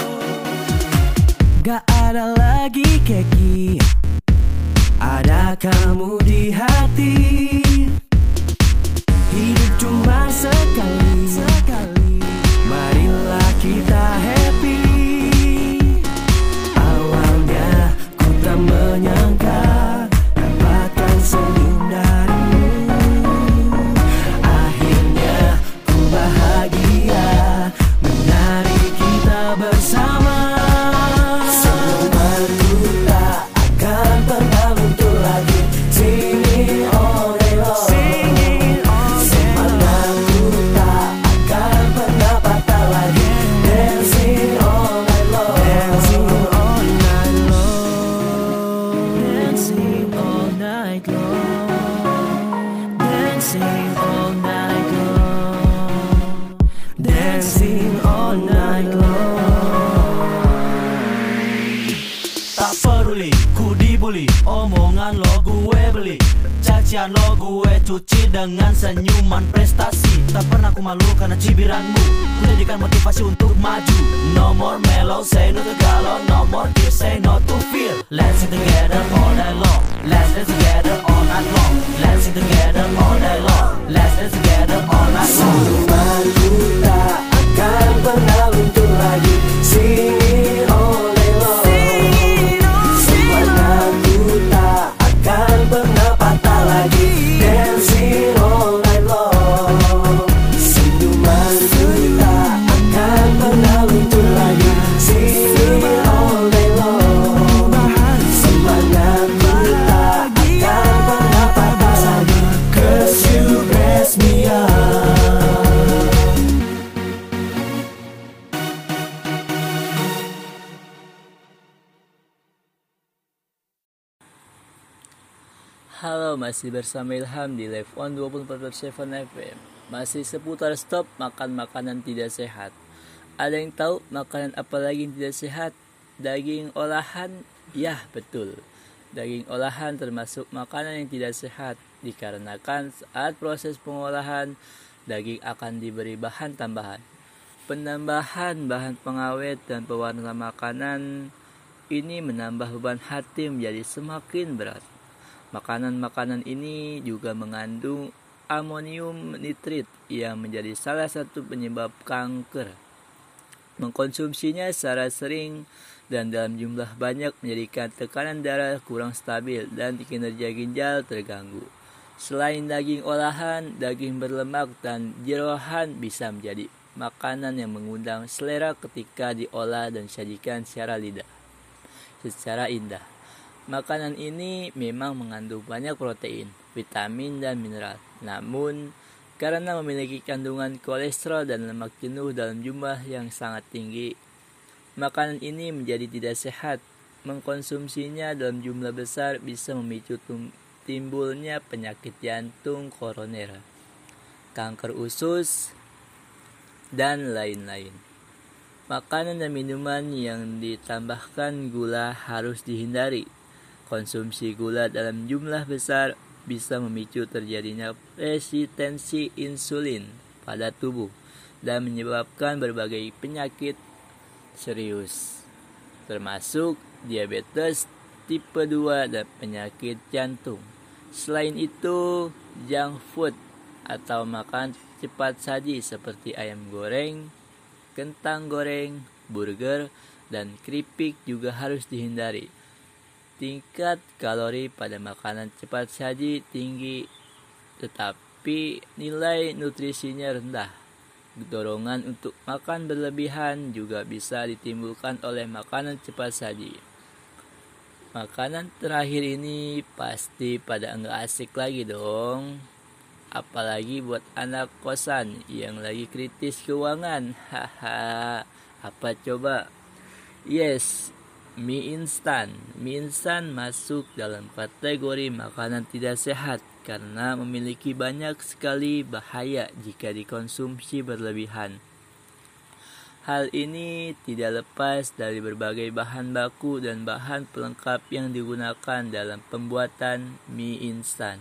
Gak ada lagi keki, ada kamu di hati. Hidup cuma sekali, marilah kita happy. Awalnya ku tak menyangka dapatkan senyum darimu. Akhirnya ku bahagia menari kita bersama. Senyumanku tak akan pernah luntur lagi. Singing all day long. Semangatku tak akan pernah patah lagi. Dancing all night long. Dancing all night long. Dancing all night long. Dancing all night long. Dancing all night long. Tak peduli ku dibully, omongan lo gue beli, cacian lo gue cuci dengan senyuman prestasi. Tak pernah ku malu karena cibiranmu, ku jadikan motivasi untuk maju. No more mellow, say no to galau. No more tears, say no to fear. Let's sing together all night long. Let's dance together all night long. Let's sing together all night long. Let's dance together all night long. Senyumanku tak akan pernah luntur lagi. Singing all day long. Semangatku tak akan pernah patah lagi. Dancing all night long. Senyumanku tak akan pernah luntur lagi. Singing all day long. Semangatku tak akan pernah patah lagi. 'Cause you raise me up. Halo, masih bersama Ilham di Live on 24.7 FM. Masih seputar stop makan makanan tidak sehat. Ada yang tahu makanan apa lagi yang tidak sehat? Daging olahan? Ya, betul. Daging olahan termasuk makanan yang tidak sehat, dikarenakan saat proses pengolahan, daging akan diberi bahan tambahan. Penambahan bahan pengawet dan pewarna makanan ini menambah beban hati menjadi semakin berat. Makanan-makanan ini juga mengandung amonium nitrit yang menjadi salah satu penyebab kanker. Mengkonsumsinya secara sering dan dalam jumlah banyak menjadikan tekanan darah kurang stabil dan kinerja ginjal terganggu. Selain daging olahan, daging berlemak dan jeroan bisa menjadi makanan yang mengundang selera ketika diolah dan disajikan secara indah. Makanan ini memang mengandung banyak protein, vitamin, dan mineral. Namun, karena memiliki kandungan kolesterol dan lemak jenuh dalam jumlah yang sangat tinggi, makanan ini menjadi tidak sehat. Mengkonsumsinya dalam jumlah besar bisa memicu timbulnya penyakit jantung koroner, kanker usus, dan lain-lain. Makanan dan minuman yang ditambahkan gula harus dihindari. Konsumsi gula dalam jumlah besar bisa memicu terjadinya resistensi insulin pada tubuh dan menyebabkan berbagai penyakit serius, termasuk diabetes tipe 2 dan penyakit jantung. Selain itu, junk food atau makan cepat saji seperti ayam goreng, kentang goreng, burger, dan keripik juga harus dihindari. Tingkat kalori pada makanan cepat saji tinggi, tetapi nilai nutrisinya rendah. Dorongan untuk makan berlebihan juga bisa ditimbulkan oleh makanan cepat saji. Makanan terakhir ini pasti pada enggak asik lagi dong. Apalagi buat anak kosan yang lagi kritis keuangan. Haha, apa coba? Yes, mie instan. Mie instan masuk dalam kategori makanan tidak sehat karena memiliki banyak sekali bahaya jika dikonsumsi berlebihan. Hal ini tidak lepas dari berbagai bahan baku dan bahan pelengkap yang digunakan dalam pembuatan mie instan.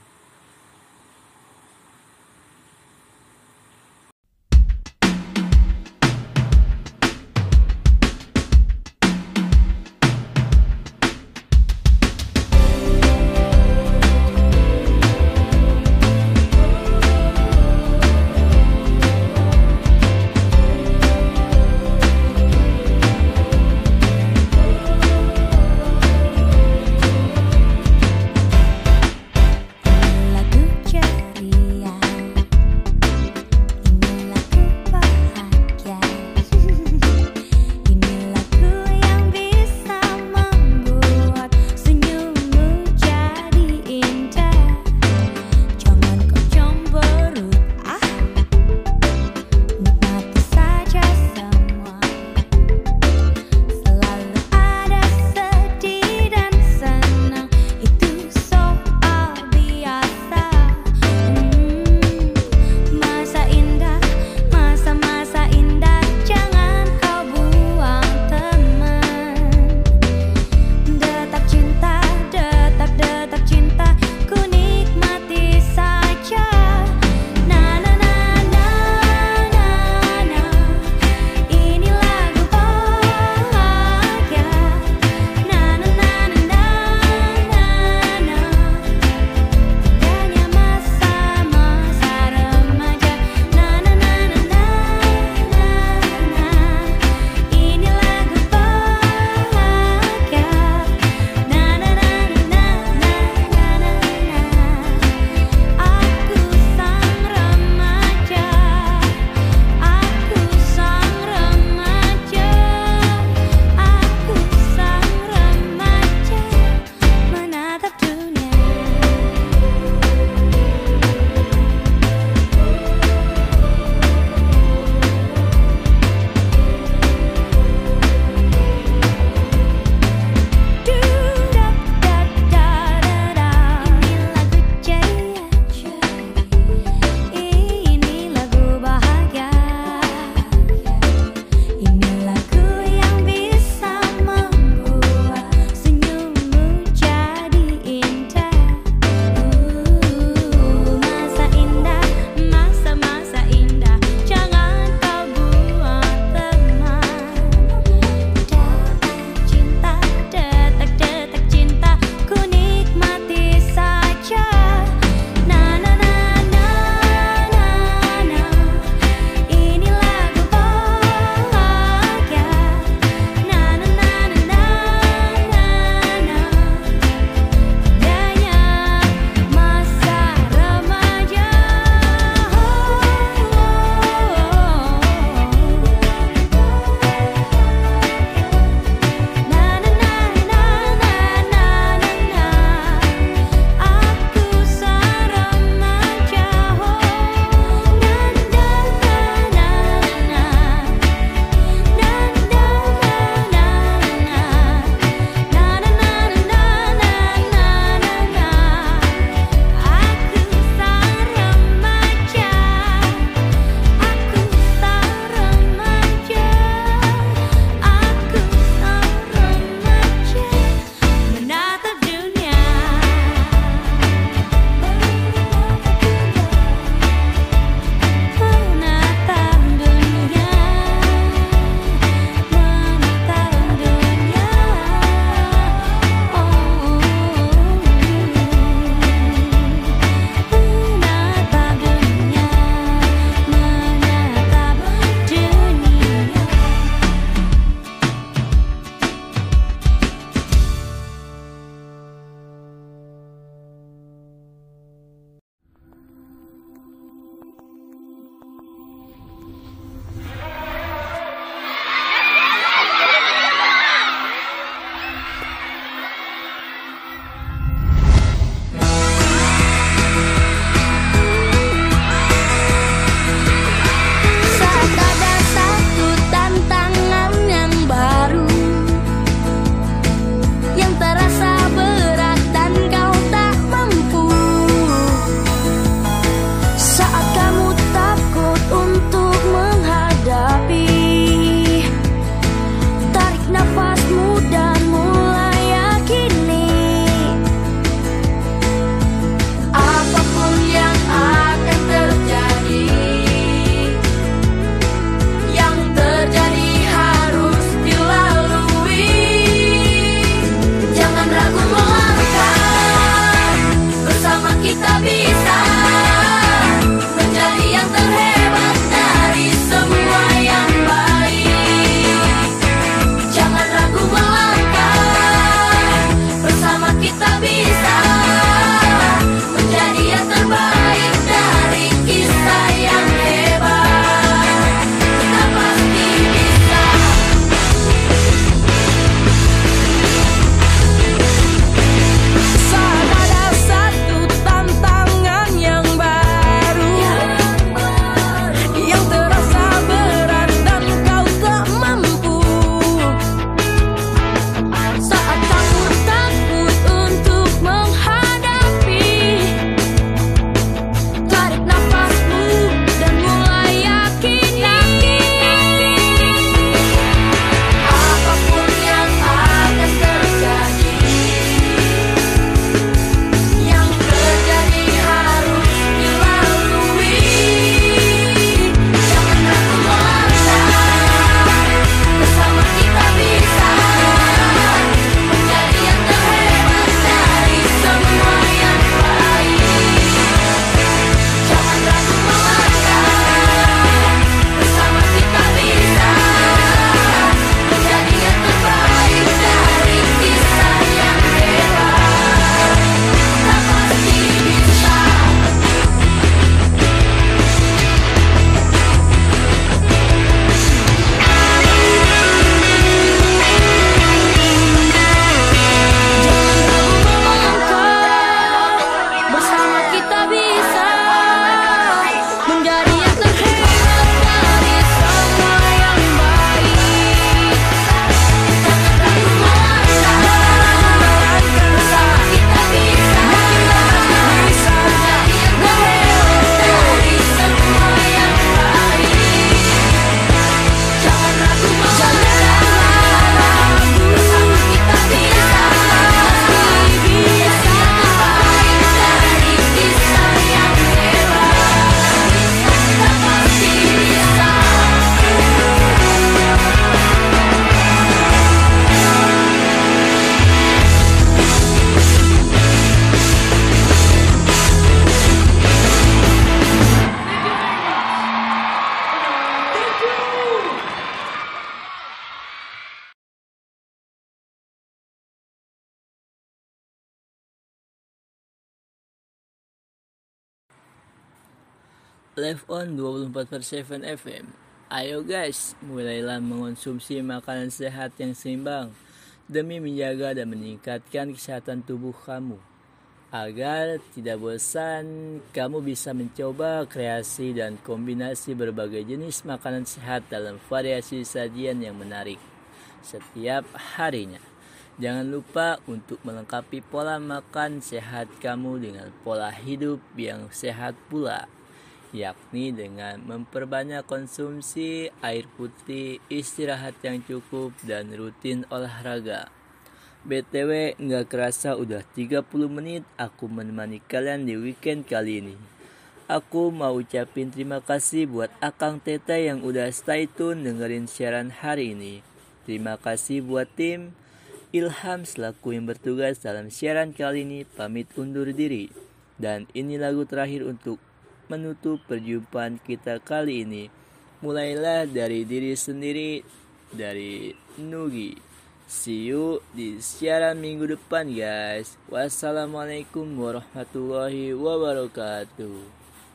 Live on 24/7 FM. Ayo guys, mulailah mengonsumsi makanan sehat yang seimbang demi menjaga dan meningkatkan kesehatan tubuh kamu. Agar tidak bosan, kamu bisa mencoba kreasi dan kombinasi berbagai jenis makanan sehat dalam variasi sajian yang menarik setiap harinya. Jangan lupa untuk melengkapi pola makan sehat kamu dengan pola hidup yang sehat pula, yakni dengan memperbanyak konsumsi air putih, istirahat yang cukup, dan rutin olahraga. BTW, nggak kerasa udah 30 menit aku menemani kalian di weekend kali ini. Aku mau ucapin terima kasih buat Akang Tete yang udah stay tune dengerin siaran hari ini. Terima kasih buat tim Ilham selaku yang bertugas dalam siaran kali ini, pamit undur diri. Dan ini lagu terakhir untuk menutup perjumpaan kita kali ini. Mulailah dari diri sendiri, dari Nugi. See you di siaran minggu depan guys. Wassalamualaikum warahmatullahi wabarakatuh.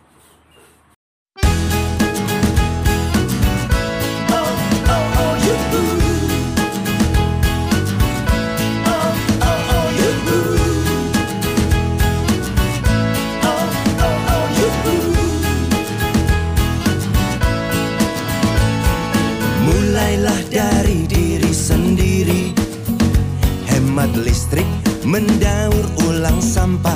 Mulailah dari diri sendiri, hemat listrik, mendaur ulang sampah,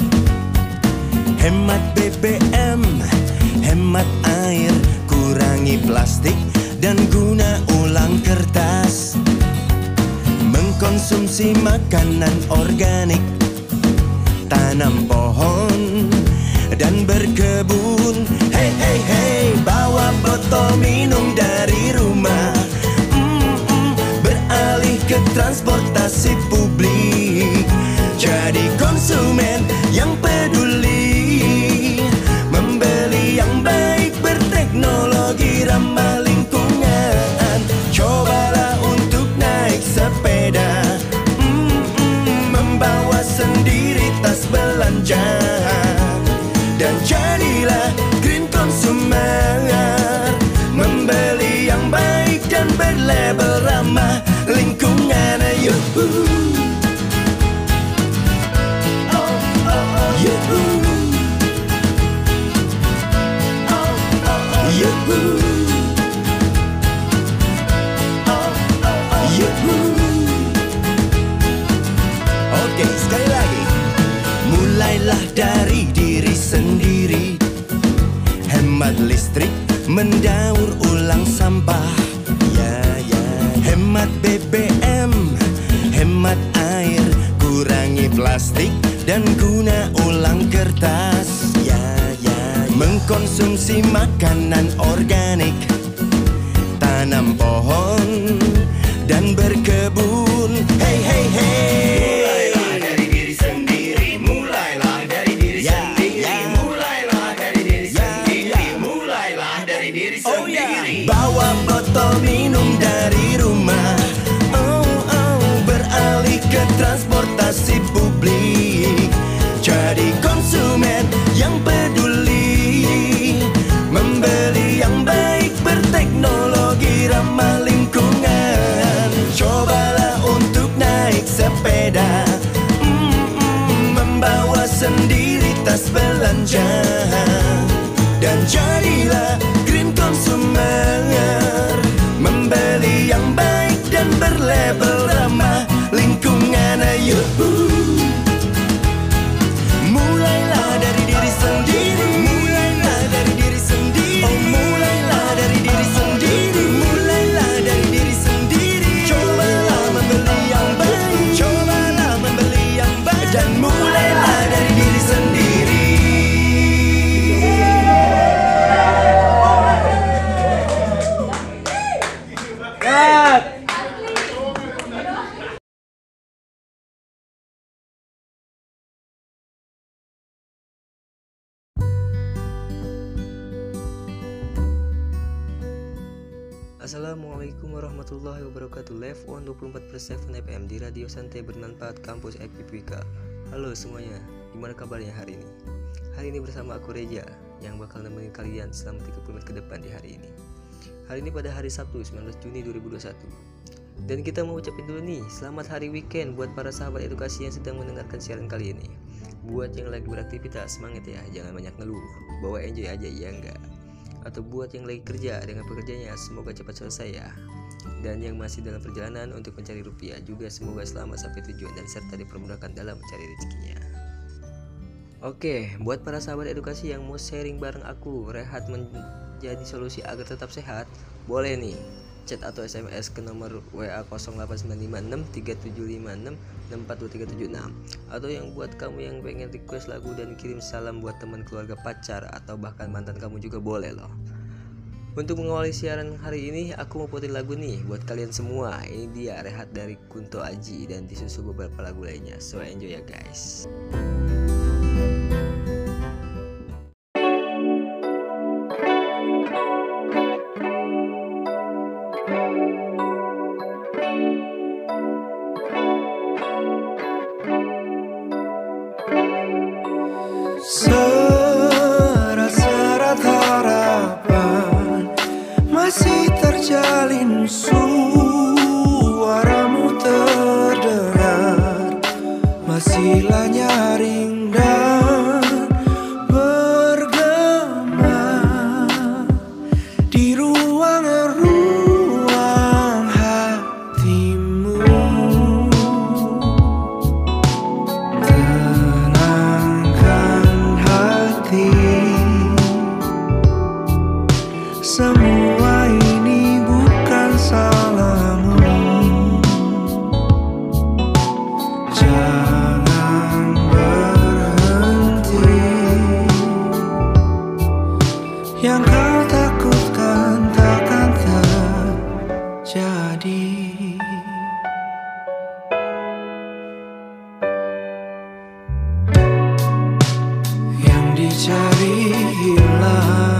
hemat BBM, hemat air, kurangi plastik dan guna ulang kertas, mengkonsumsi makanan organik, tanam pohon dan berkebun. Hey hey hey, bawa botol minum dari rumah, beralih ke transportasi publik, jadi konsumen yang peduli, membeli yang baik, berteknologi ramah lingkungan. Cobalah untuk naik sepeda, membawa sendiri tas belanja, dan jadilah green consumer, membeli yang baik dan berlabel ramah lingkungan. Yuhu, yuhu, yuhu, yuhu. Oke, sekali lagi. Mulailah dari diri sendiri, hemat listrik, mendaur ulang sampah, ya ya. Hemat BBM, hemat air, kurangi plastik dan guna ulang kertas, ya ya. Mengkonsumsi makanan organik, tanam pohon dan berkebun. Hey hey hey. Bawa botol minum dari rumah, beralih ke transportasi publik, jadi konsumen yang peduli, membeli yang baik, berteknologi ramah lingkungan. Cobalah untuk naik sepeda, membawa sendiri tas belanja, dan jadilah green consumer, membeli yang baik dan berlabel ramah lingkungan. Yuhu, mulailah dari diri sendiri, mulailah dari diri sendiri, oh mulailah dari diri sendiri, mulailah dari diri sendiri. Cobalah membeli yang baik, cobalah membeli yang baik, dan mulailah dari diri sendiri. Assalamualaikum warahmatullahi wabarakatuh. Live on 24/7 FM di Radio Santai Bermanfaat Kampus FIPK. Halo semuanya, gimana kabarnya hari ini? Hari ini bersama aku Reja. yang bakal nemenin kalian selama 30 menit ke depan di hari ini. Hari ini pada hari Sabtu 19 Juni 2021. Dan kita mau ucapin dulu nih, selamat hari weekend buat para sahabat edukasi yang sedang mendengarkan siaran kali ini. Buat yang lagi beraktivitas, semangat ya, jangan banyak ngeluh, bawa enjoy aja ya enggak. Atau buat yang lagi kerja dengan pekerjaannya, semoga cepat selesai ya. Dan yang masih dalam perjalanan untuk mencari rupiah juga semoga selamat sampai tujuan dan serta dipermudahkan dalam mencari rezekinya. Oke, buat para sahabat edukasi yang mau sharing bareng aku, rehat menjadi solusi agar tetap sehat, boleh nih chat atau SMS ke nomor WA 08956375664236. Atau yang buat kamu yang pengen request lagu dan kirim salam buat teman, keluarga, pacar, atau bahkan mantan kamu juga boleh loh. Untuk mengawali siaran hari ini, aku mau puterin lagu nih buat kalian semua. Ini dia Rehat dari Kunto Aji dan disusul beberapa lagu lainnya. So enjoy ya guys. Serat-serat harapan masih terjalin, suaramu terdengar, masihlah nyaring dan bergema di ruang-ruang hatimu. Semua ini bukan salahmu. Jangan berhenti. Yang kau takutkan takkan terjadi. Yang dicari hilang,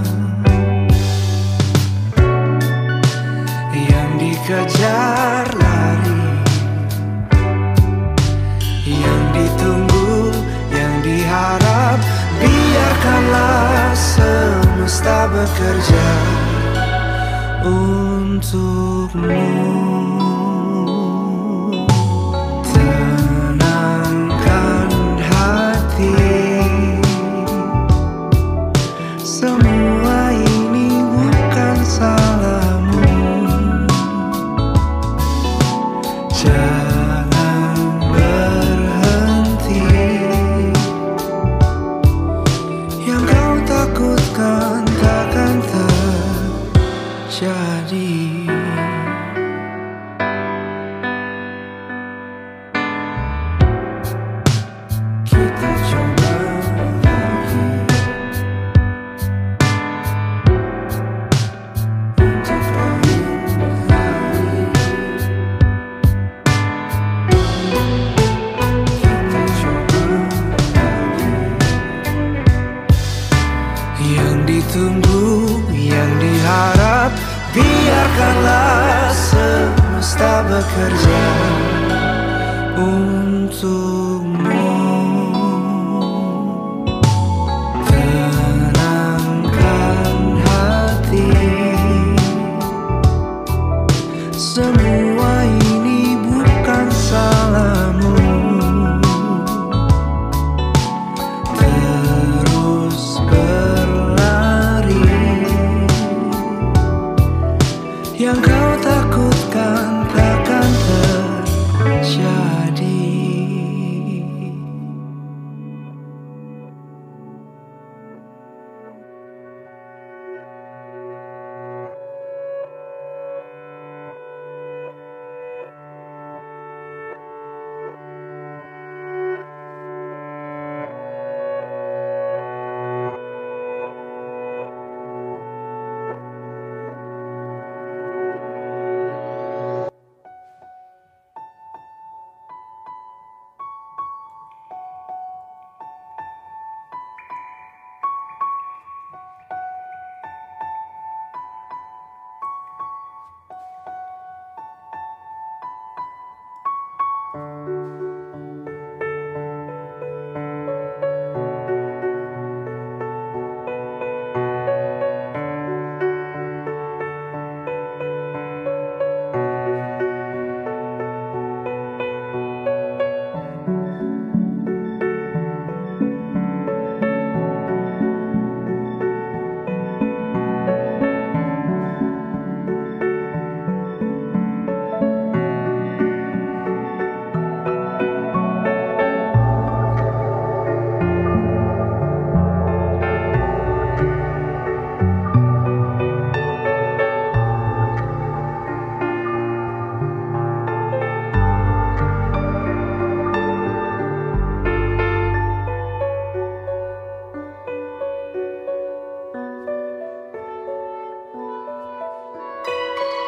kejar lari, yang ditunggu, yang diharap, biarkanlah semesta bekerja untukmu. Tenangkan hati, semua ini bukan salahmu. Jangan berhenti. Yang kau takutkan takkan terjadi. Kita coba lagi untuk lain hari. Yang ditunggu, yang diharap, biarkanlah semesta bekerja untukmu. Tenangkan hati, semua ini bukan salahmu. Terus berlari, yang kau takutkan takkan terjadi.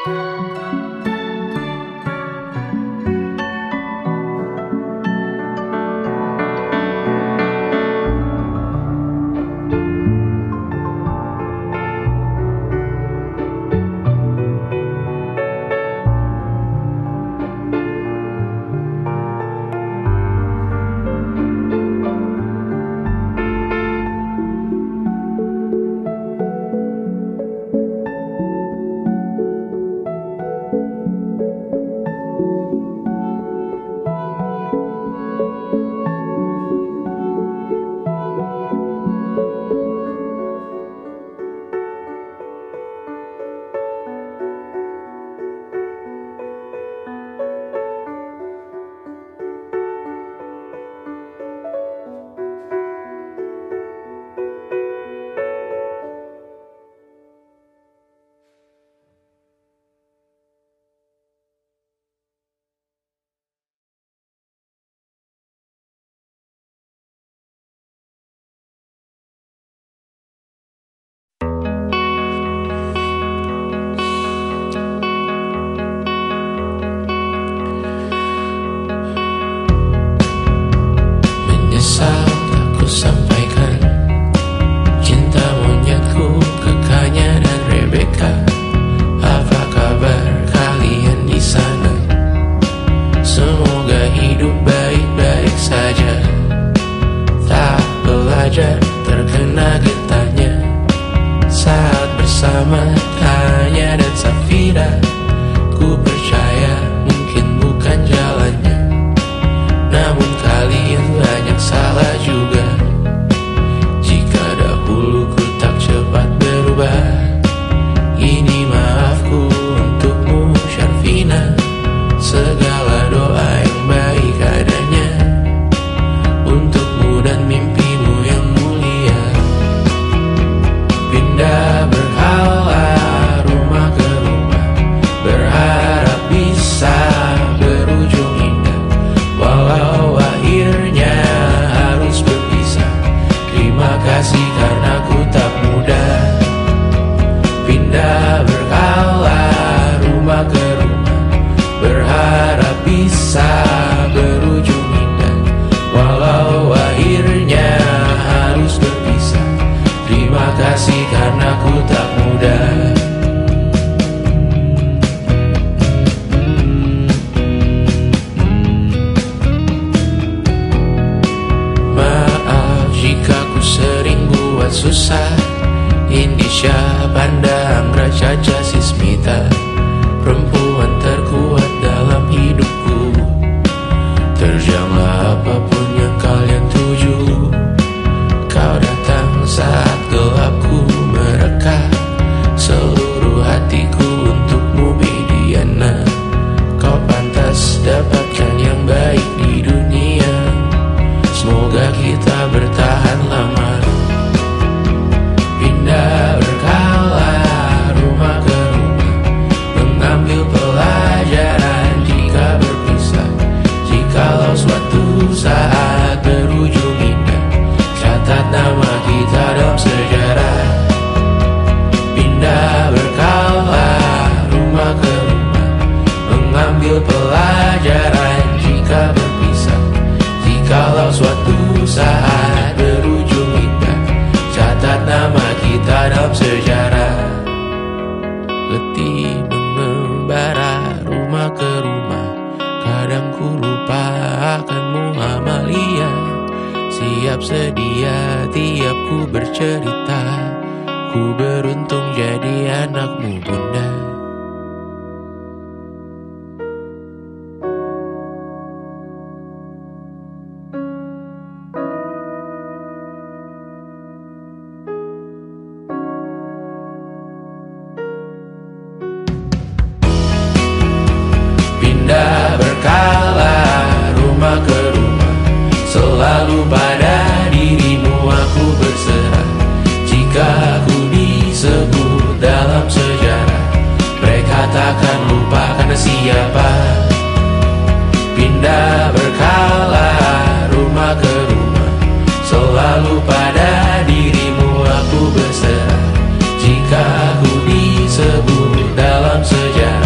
Jika aku disebut dalam sejarah,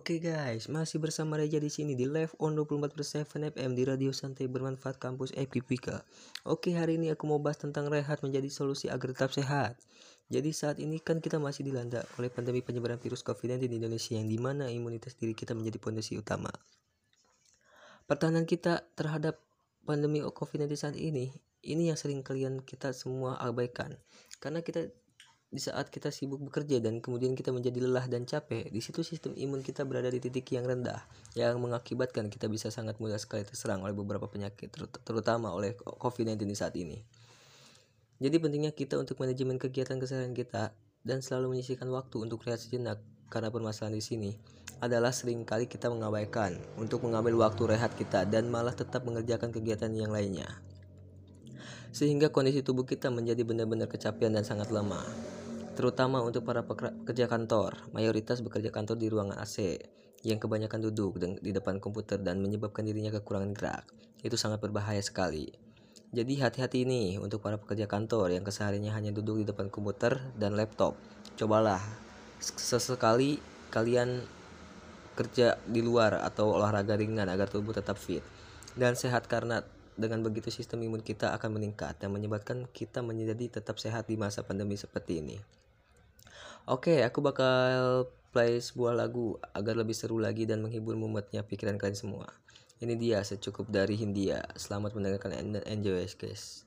Oke guys, masih bersama Reja di sini di Live on 24/7 FM di Radio Santai Bermanfaat Kampus FKIPUIKA. Oke, hari ini aku mau bahas tentang rehat menjadi solusi agar tetap sehat. Jadi saat ini kan kita masih dilanda oleh pandemi penyebaran virus COVID-19 di Indonesia yang dimana imunitas diri kita menjadi fondasi utama. Pertahanan kita terhadap pandemi COVID-19 saat ini yang sering kalian kita semua abaikan. Karena di saat kita sibuk bekerja dan kemudian kita menjadi lelah dan capek, di situ sistem imun kita berada di titik yang rendah, yang mengakibatkan kita bisa sangat mudah sekali terserang oleh beberapa penyakit, terutama oleh COVID-19 saat ini. Jadi pentingnya kita untuk manajemen kegiatan keseharian kita dan selalu menyisihkan waktu untuk rehat sejenak, karena permasalahan di sini adalah seringkali kita mengabaikan untuk mengambil waktu rehat kita dan malah tetap mengerjakan kegiatan yang lainnya. Sehingga kondisi tubuh kita menjadi benar-benar kecapean dan sangat lemah. Terutama untuk para pekerja kantor, mayoritas bekerja kantor di ruangan AC yang kebanyakan duduk di depan komputer dan menyebabkan dirinya kekurangan gerak. Itu sangat berbahaya sekali. Jadi hati-hati nih untuk para pekerja kantor yang kesehariannya hanya duduk di depan komputer dan laptop. Cobalah sesekali kalian kerja di luar atau olahraga ringan agar tubuh tetap fit dan sehat, karena dengan begitu sistem imun kita akan meningkat dan menyebabkan kita menjadi tetap sehat di masa pandemi seperti ini. Oke, aku bakal play sebuah lagu agar lebih seru lagi dan menghibur mumetnya pikiran kalian semua. Ini dia Secukup dari Hindia. Selamat mendengarkan and enjoy guys.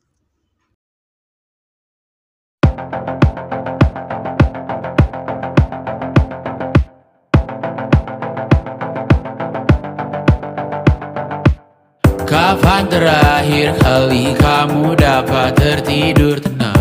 Kapan terakhir kali kamu dapat tertidur tenang?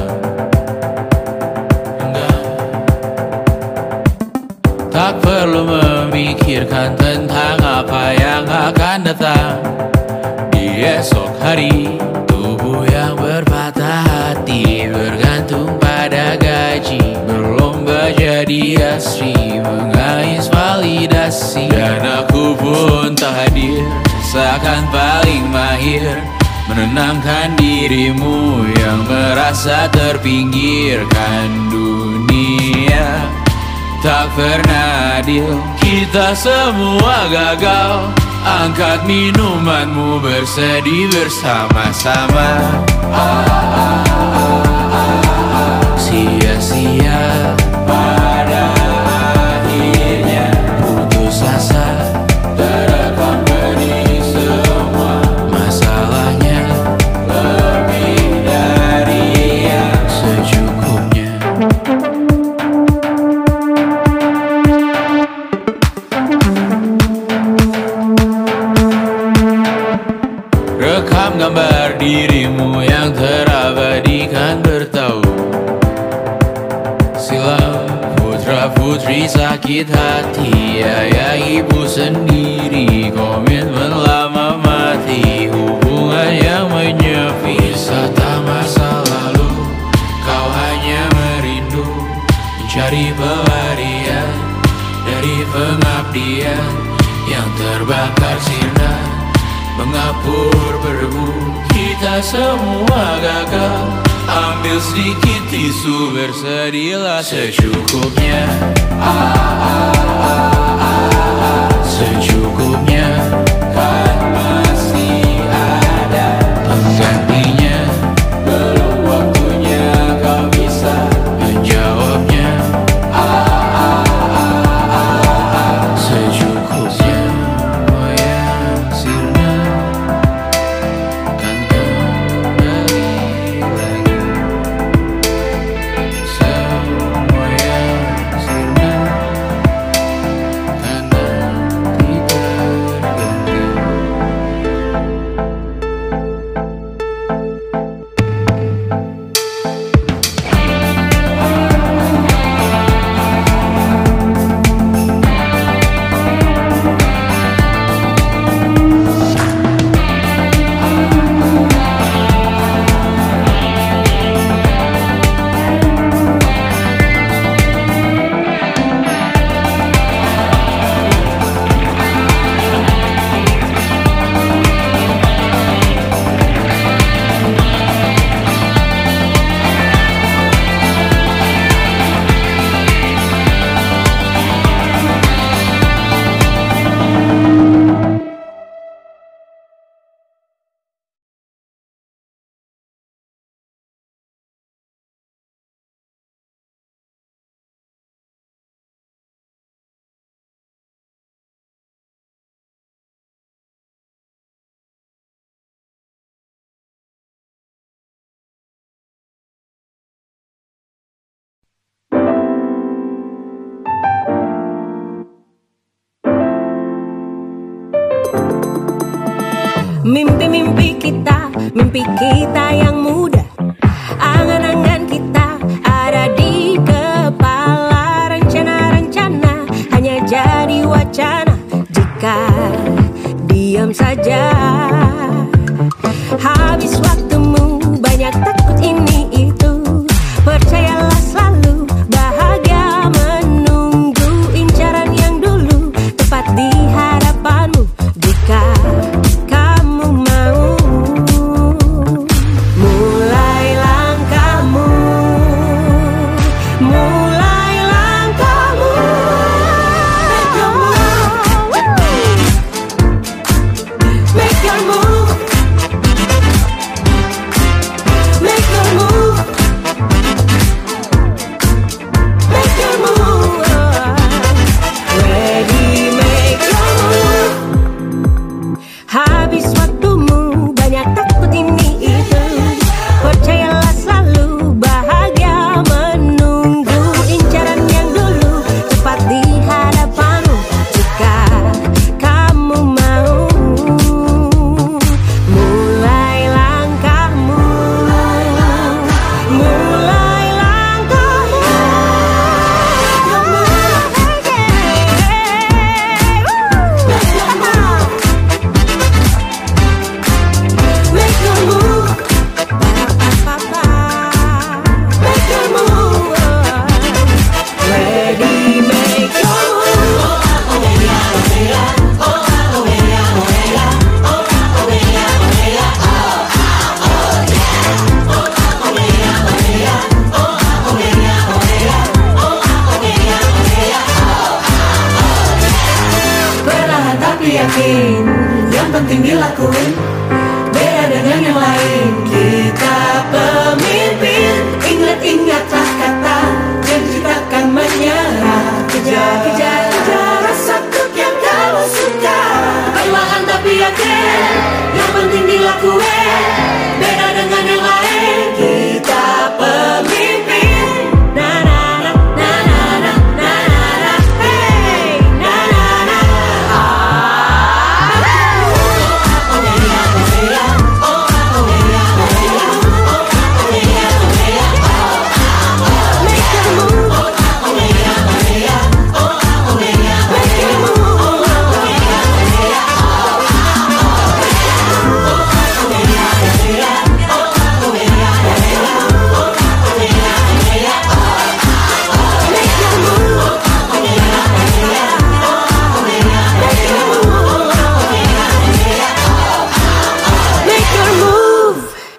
Tak perlu memikirkan tentang apa yang akan datang di esok hari. Tubuh yang berpatah hati bergantung pada gaji, berlomba jadi asri, mengais validasi. Dan aku pun tak hadir, seakan paling mahir menenangkan dirimu yang merasa terpinggirkan dunia. Tak pernah adil, kita semua gagal. Angkat minumanmu, bersedih bersama-sama. Sia-sia pada akhirnya putus asa, terekam benih semua. Masalahnya lebih dari yang secukupnya. Rekam gambar dirimu yang terabadikan bertahun silam. Putra-putri sakit hati, ayah ibu sendiri, komitmen lama mati, hubungan yang menyepi. Wisata masa lalu, kau hanya merindu, mencari pelarian dari pengabdian yang terbakar sirna, mengapur berdebu. Kita semua gagal, ambil sedikit tisu, bersedihlah secukupnya. Secukupnya, kan masih ada penggantinya. Belum waktunya kau bisa menjawabnya. Secukupnya, moyang sirna, kan kembali lagi. Semua yang sirna, kan nanti terganti. Mimpi-mimpi kita yang muda, angan-angan kita ada di kepala. Rencana-rencana hanya jadi wacana jika diam saja. Habis waktumu banyak takut ini itu, percayalah selalu bahagia menunggu. Incaran yang dulu tepat di hadapanmu jika kamu mau. Mulai langkahmu, mulai langkahmu. Make your move, make your move, make your move. Ready, make your move. Habis waktumu banyak takut ini itu, percayalah selalu bahagia menunggu. Incaran yang dulu tepat di hadapanmu jika kamu mau. Mulai langkahmu, mulai langkahmu. Make your move, make your move. Ready, make your move. Perlahan tapi yakin, yang penting dilakuin. Beda dengan yang lain, kita pemimpin. Ingat-ingatlah kata, janji takkan menyerah. Kejar rasa yang kamu suka. Perlahan tapi yakin, yang penting dilakuin. Beda dengan yang lain, kita pemimpin. Na na na na na na na na, hey na na na. Make your move, make your move. Make your move, make your move.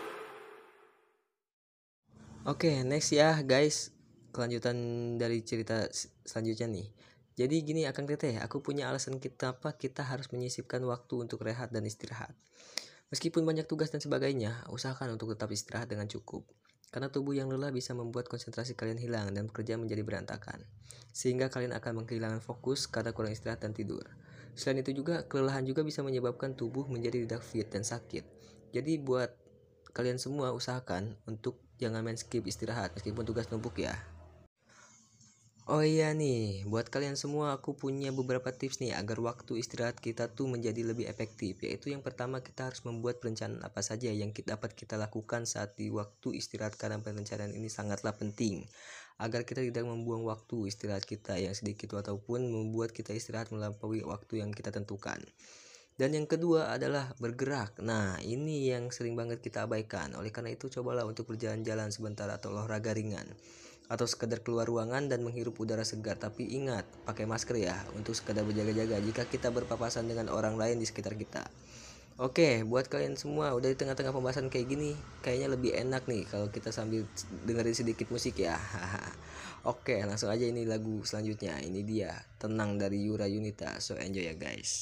Oke, next ya guys. Kelanjutan dari cerita selanjutnya nih. Jadi gini Akang Teteh, aku punya alasan kenapa kita harus menyisipkan waktu untuk rehat dan istirahat. Meskipun banyak tugas dan sebagainya, usahakan untuk tetap istirahat dengan cukup. Karena tubuh yang lelah bisa membuat konsentrasi kalian hilang dan bekerja menjadi berantakan. Sehingga kalian akan kehilangan fokus karena kurang istirahat dan tidur. Selain itu juga, kelelahan juga bisa menyebabkan tubuh menjadi tidak fit dan sakit. Jadi buat kalian semua usahakan untuk jangan main skip istirahat meskipun tugas numpuk ya. Oh iya nih, buat kalian semua aku punya beberapa tips nih agar waktu istirahat kita tuh menjadi lebih efektif. Yaitu yang pertama, kita harus membuat perencanaan apa saja yang dapat kita lakukan saat di waktu istirahat. Karena perencanaan ini sangatlah penting agar kita tidak membuang waktu istirahat kita yang sedikit ataupun membuat kita istirahat melampaui waktu yang kita tentukan. Dan yang kedua adalah bergerak. Nah, ini yang sering banget kita abaikan. Oleh karena itu, cobalah untuk berjalan-jalan sebentar atau olahraga ringan, atau sekadar keluar ruangan dan menghirup udara segar. Tapi ingat, pakai masker ya, untuk sekadar berjaga-jaga jika kita berpapasan dengan orang lain di sekitar kita. Oke, buat kalian semua, udah di tengah-tengah pembahasan kayak gini, kayaknya lebih enak nih kalau kita sambil dengerin sedikit musik ya. Oke, langsung aja ini lagu selanjutnya. Ini dia, Tenang dari Yura Yunita. So enjoy ya guys.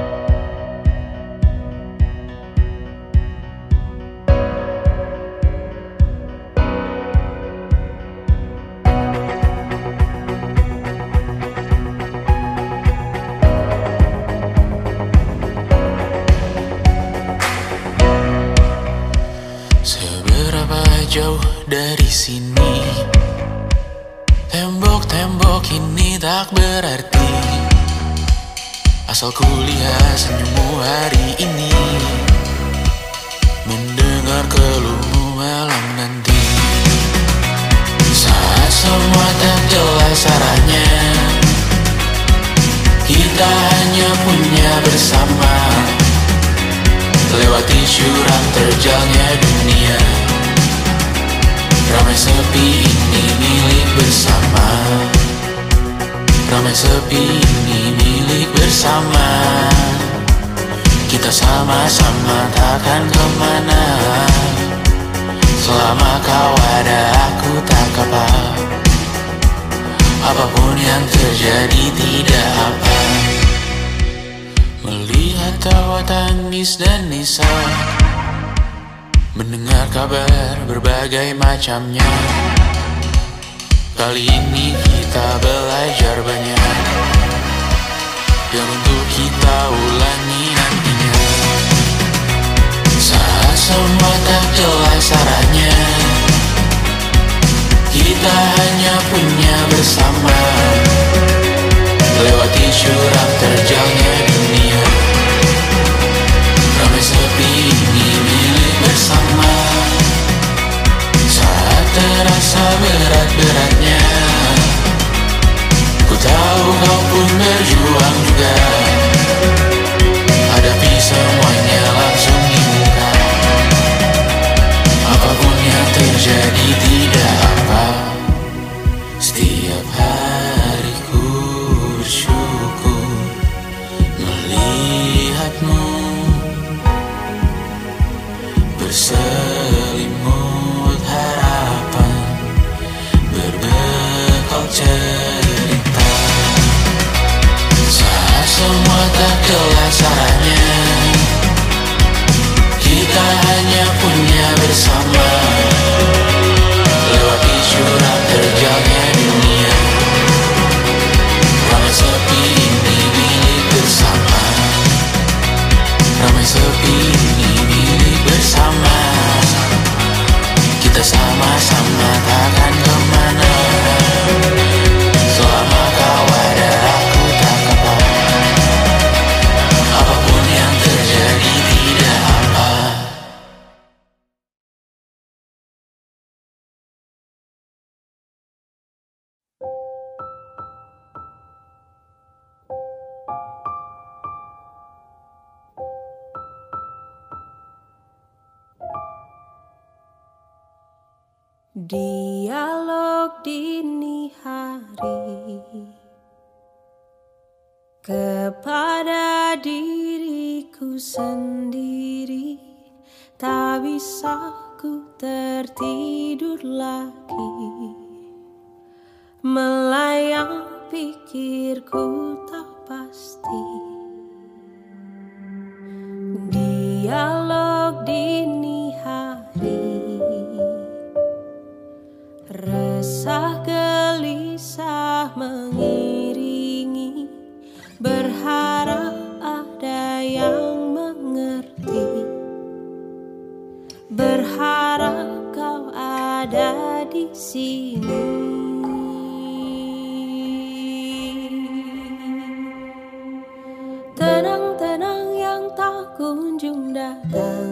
jauh dari sini. Tembok-tembok ini tak berarti, asal ku lihat senyummu hari ini. Lewati syurang terjalnya dunia, ramai sepi ini milik bersama. Ramai sepi ini milik bersama. Kita sama-sama takkan kemana. Selama kau ada aku tak apa. Apapun yang terjadi tidak apa. Melihat tawa tangis dan nisa, mendengar kabar berbagai macamnya. Kali ini kita belajar banyak yang untuk kita ulangi nantinya. Saat semua tak jelas arahnya, kita hanya punya bersama. Lewati syurang terjalnya dunia, ramai sepi ini milik bersama. Saat terasa berat-beratnya, ku tahu kau pun berjuang juga. Hadapi semuanya langsung di muka. Apapun yang terjadi tidak apa. Setiap hari ku bersyukur melihatmu berselimut harapan, berbekal cerita. Saat semua tak jelas arahnya, kita hanya punya bersama. Lewati syurang terjalnya dunia, ramai sepi ini milik bersama. Ramai sepi ini milik bersama. Kita sama-sama takkan kemana. Selama kau ada aku tak apa. Apapun yang terjadi tidak apa. Dialog dini hari kepada diriku sendiri. Tak bisa ku tertidur lagi, melayang pikirku tak pasti. Dialog dini hari, resah gelisah mengiringi, berharap ada yang mengerti, berharap kau ada di sini. Tenang-tenang yang tak kunjung datang,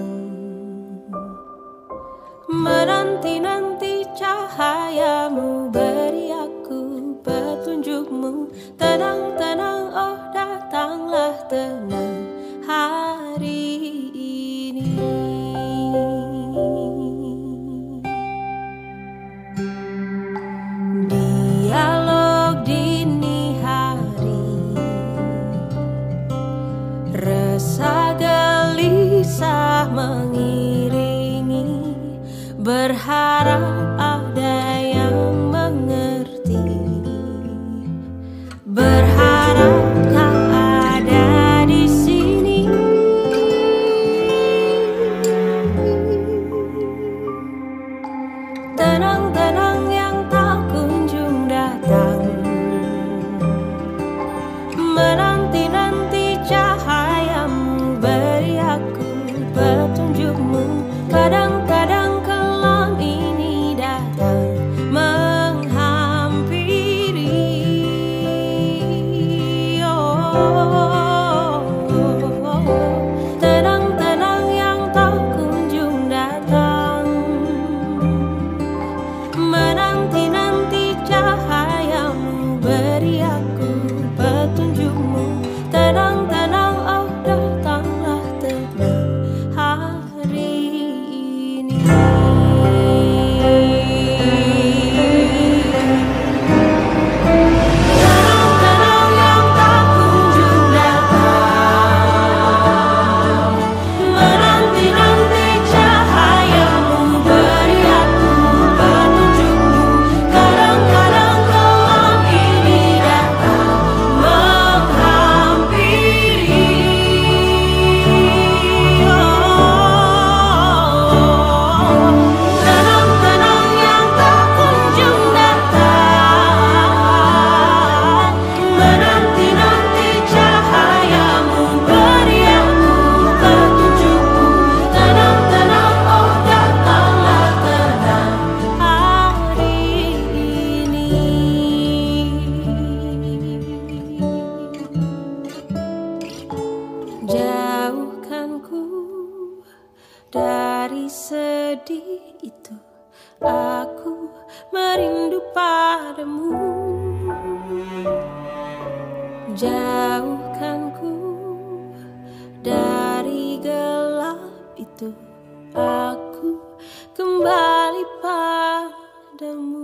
menanti-nanti cahayamu, beri aku petunjukmu. Tenang-tenang, oh datanglah tenang hari ini. Dialog dini hari, resah gelisah mengiringi, berharap ada yang mengerti, berharap kau ada di sini. Tenang-tenang yang tak kunjung datang, menanti-nanti cahayamu, beri aku petunjukmu. Kadang-kadang kelam ini Kenang-kenang yang tak kunjung datang, menanti-nanti cahayamu, beri aku petunjukmu. Kadang-kadang kelam ini datang menghampiri. Kenang-kenang yang tak kunjung datang, menanti-nanti cahayamu, beri aku petunjukmu. Tenang-tenang, oh datanglah tenang hari ini. Jauhkan ku dari sedih itu, aku merindu padamu. Jauhkan ku dari gelap itu, aku kembali padamu.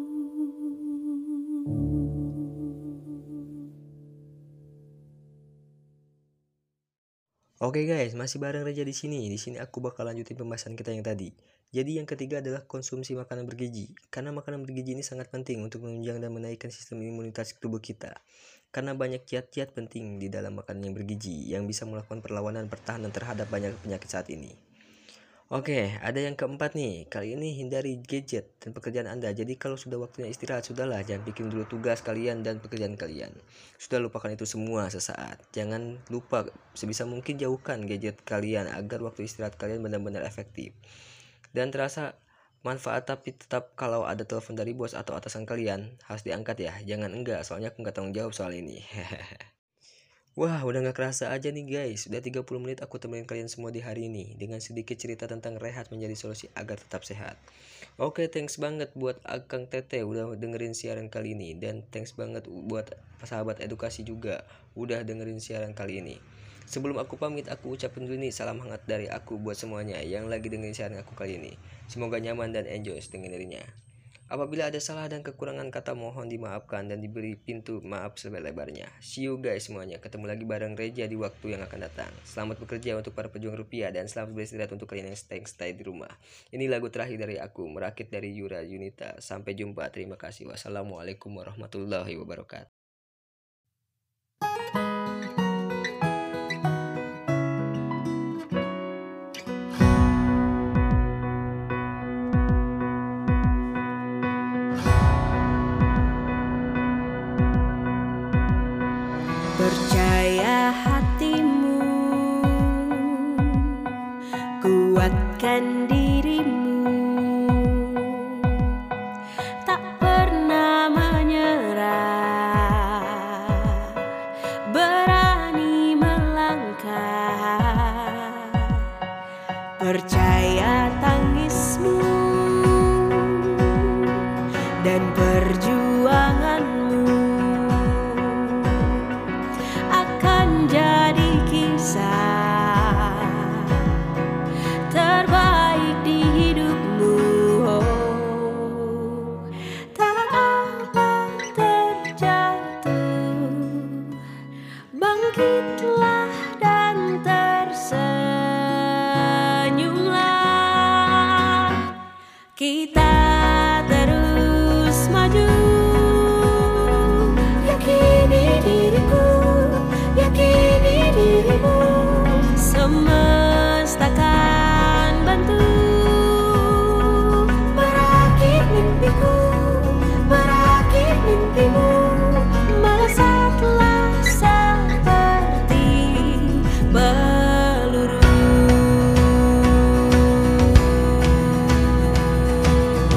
Oke guys, masih bareng Reja di sini. Di sini aku bakal lanjutin pembahasan kita yang tadi. Jadi yang ketiga adalah konsumsi makanan bergizi. Karena makanan bergizi ini sangat penting untuk menunjang dan menaikkan sistem imunitas tubuh kita. Karena banyak kiat-kiat penting di dalam makanan yang bergizi yang bisa melakukan perlawanan pertahanan terhadap banyak penyakit saat ini. Oke, ada yang keempat nih. Kali ini hindari gadget dan pekerjaan Anda. Jadi kalau sudah waktunya istirahat, sudahlah, jangan bikin dulu tugas kalian dan pekerjaan kalian. Sudah lupakan itu semua sesaat. Jangan lupa sebisa mungkin jauhkan gadget kalian agar waktu istirahat kalian benar-benar efektif dan terasa manfaat. Tapi tetap kalau ada telepon dari bos atau atasan kalian harus diangkat ya. Jangan enggak, soalnya aku nggak tanggung jawab soal ini. Wah, udah gak kerasa aja nih guys. Sudah 30 menit aku temenin kalian semua di hari ini dengan sedikit cerita tentang rehat menjadi solusi agar tetap sehat. Oke, thanks banget buat Akang Tete udah dengerin siaran kali ini. Dan thanks banget buat sahabat edukasi juga udah dengerin siaran kali ini. Sebelum aku pamit, aku ucapin dulu nih salam hangat dari aku buat semuanya yang lagi dengerin siaran aku kali ini. Semoga nyaman dan enjoy dengerinnya. Apabila ada salah dan kekurangan kata mohon dimaafkan dan diberi pintu maaf selebar-lebarnya. See you guys semuanya. Ketemu lagi bareng Reja di waktu yang akan datang. Selamat bekerja untuk para pejuang rupiah dan selamat beristirahat untuk kalian yang stay di rumah. Ini lagu terakhir dari aku, Merakit dari Yura Yunita. Sampai jumpa. Terima kasih. Wassalamualaikum warahmatullahi wabarakatuh. Percaya hatimu, kuatkan dirimu, tak pernah menyerah, berani melangkah. Percaya tangismu dan perjuanganmu jadi kisah terbaik di hidupmu. Tak apa terjatuh, bangkitlah dan tersenyumlah. Kita terus maju, yakini diriku, yakini dirimu, semesta akan bantu merakit mimpiku, merakit mimpimu. Melesatlah seperti peluru.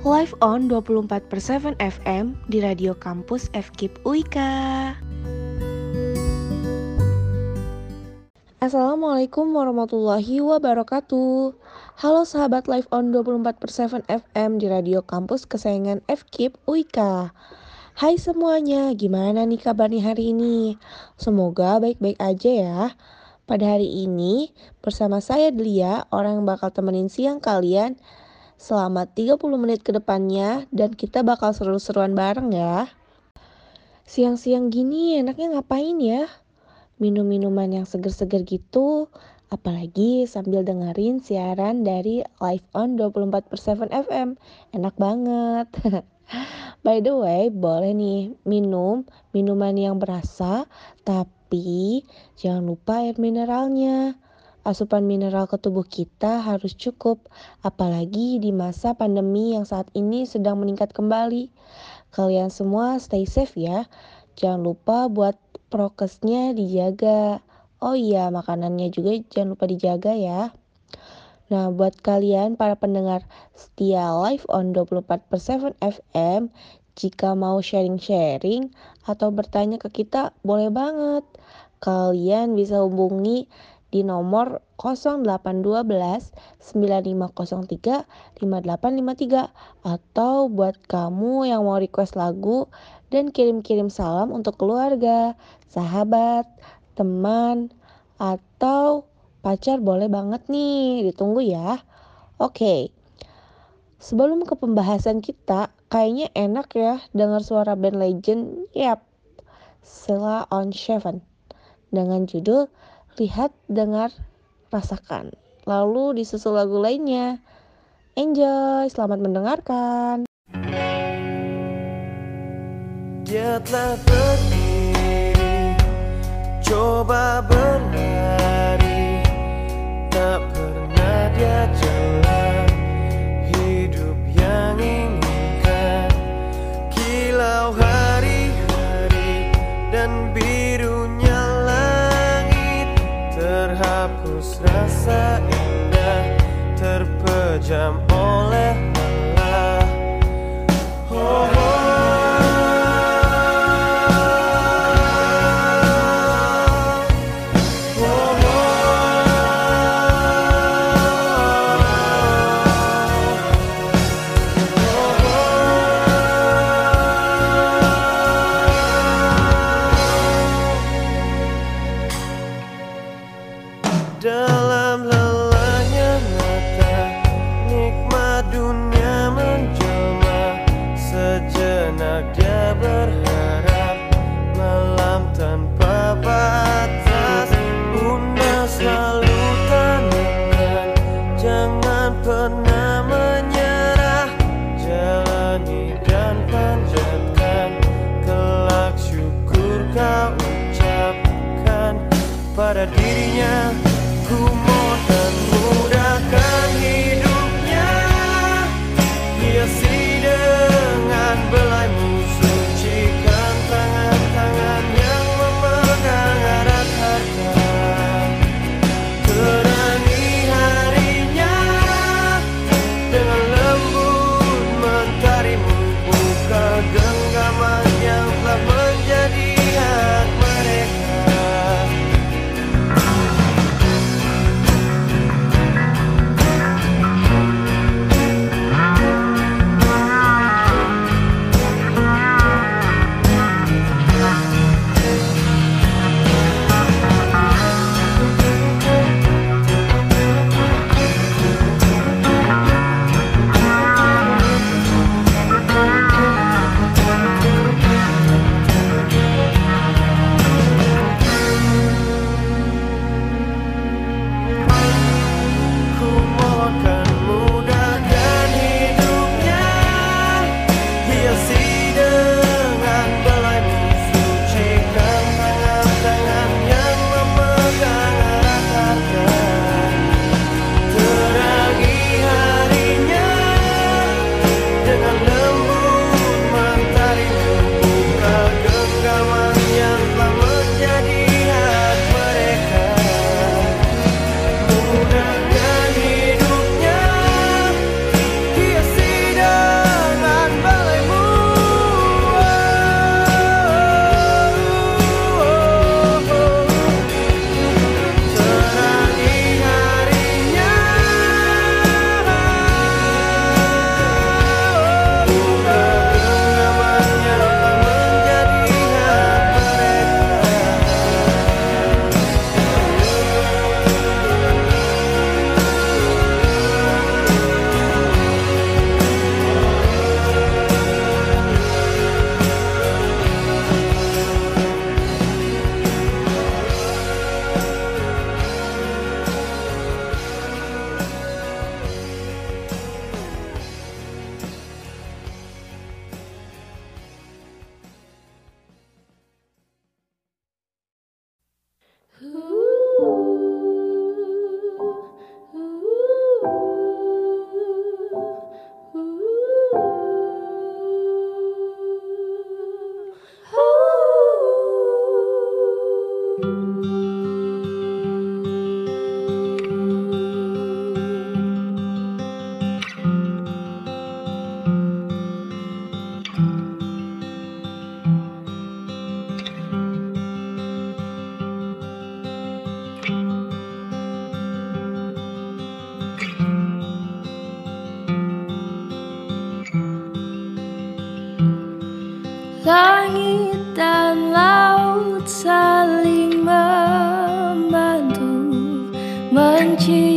Live on 24/7 FM di Radio Kampus FKIP UIK. Assalamualaikum warahmatullahi wabarakatuh. Halo sahabat Live on 24/7 FM di Radio Kampus kesayangan FKIP UIK. Hai semuanya, gimana nih kabarnya hari ini? Semoga baik-baik aja ya. Pada hari ini bersama saya Delia, orang yang bakal temenin siang kalian selama 30 menit ke depannya, dan kita bakal seru-seruan bareng ya. Siang-siang gini enaknya ngapain ya? Minum-minuman yang seger-seger gitu, apalagi sambil dengerin siaran dari Live on 24/7 FM. Enak banget. By the way, boleh nih minum minuman yang berasa, tapi jangan lupa air mineralnya. Asupan mineral ke tubuh kita harus cukup, apalagi di masa pandemi yang saat ini sedang meningkat kembali. Kalian semua stay safe ya. Jangan lupa buat prokesnya dijaga. Oh iya, makanannya juga jangan lupa dijaga ya. Nah, buat kalian para pendengar setia Live on 24/7 FM, jika mau sharing-sharing atau bertanya ke kita, boleh banget. Kalian bisa hubungi di nomor 0812 9503 5853, atau buat kamu yang mau request lagu dan kirim-kirim salam untuk keluarga, sahabat, teman, atau pacar, boleh banget nih, ditunggu ya. Oke, sebelum ke pembahasan kita, kayaknya enak ya dengar suara band legend, Sheila on 7, dengan judul Lihat, Dengar, Rasakan. Lalu disusul lagu lainnya. Enjoy, selamat mendengarkan. Dia telah berdiri, coba berlari, tak pernah dia jalan hidup yang inginkan. Kilau hari-hari dan birunya langit, terhapus rasa indah, terpejam oleh lelah. Dalam lelahnya mata, nikmat dunia menjelma. Sejenak dia berharap malam tanpa batas. Bunda selalu tanamkan, jangan pernah menyerah. Jalani dan panjatkan, kelak syukur kau ucapkan pada dirinya. Ku mohon mudahkan hidupnya, hiasi dengan belaimu, sucikan tangan-tangan yang memegang erat harta. Terangi harinya dengan lembut mentarimu, buka genggaman yang telah menjadi hak mereka.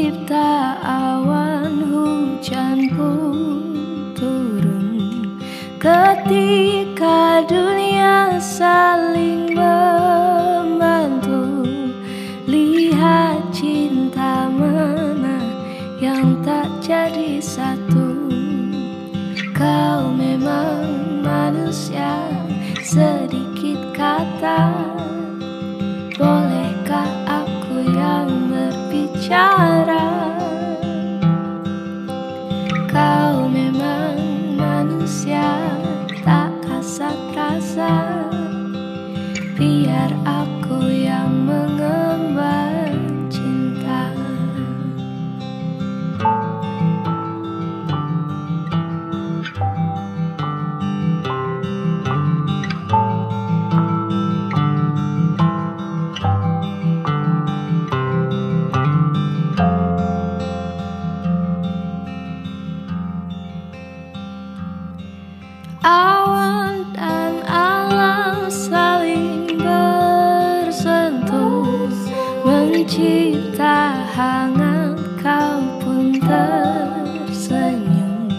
mencipta awan hujan pun turun ketika dunia saling membantu. Lihat cinta mana yang tak jadi satu. Kau memang manusia, sedikit kata. Bolehkah aku yang berbicara? Kau memang manusia, tak kasat rasa. Biar aku yang mengemban cinta. Awan dan alam saling bersentuh, mencipta hangat, kau pun tersenyum.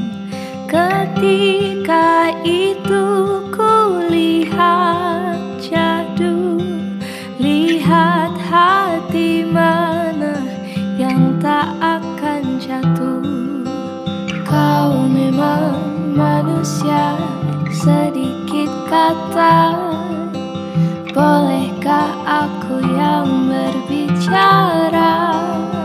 Ketika itu kulihat jadu, lihat hati mana yang tak akan jatuh. Kau memang manusia, sedikit kata. Bolehkah aku yang berbicara?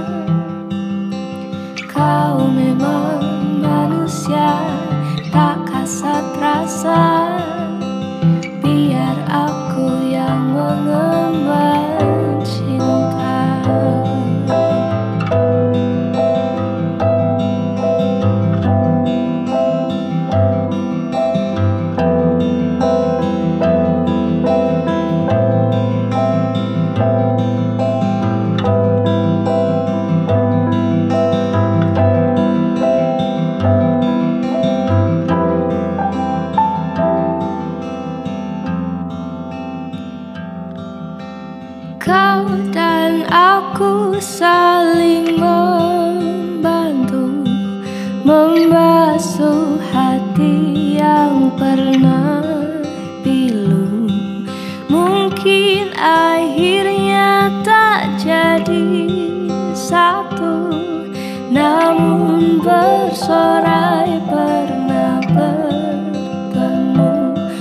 Kau memang manusia, tak kasat rasa. Biar aku yang mengemban cinta. Kau dan aku saling membantu, membasuh hati yang pernah pilu. Mungkin akhirnya tak jadi satu, namun bersorai pernah bertemu.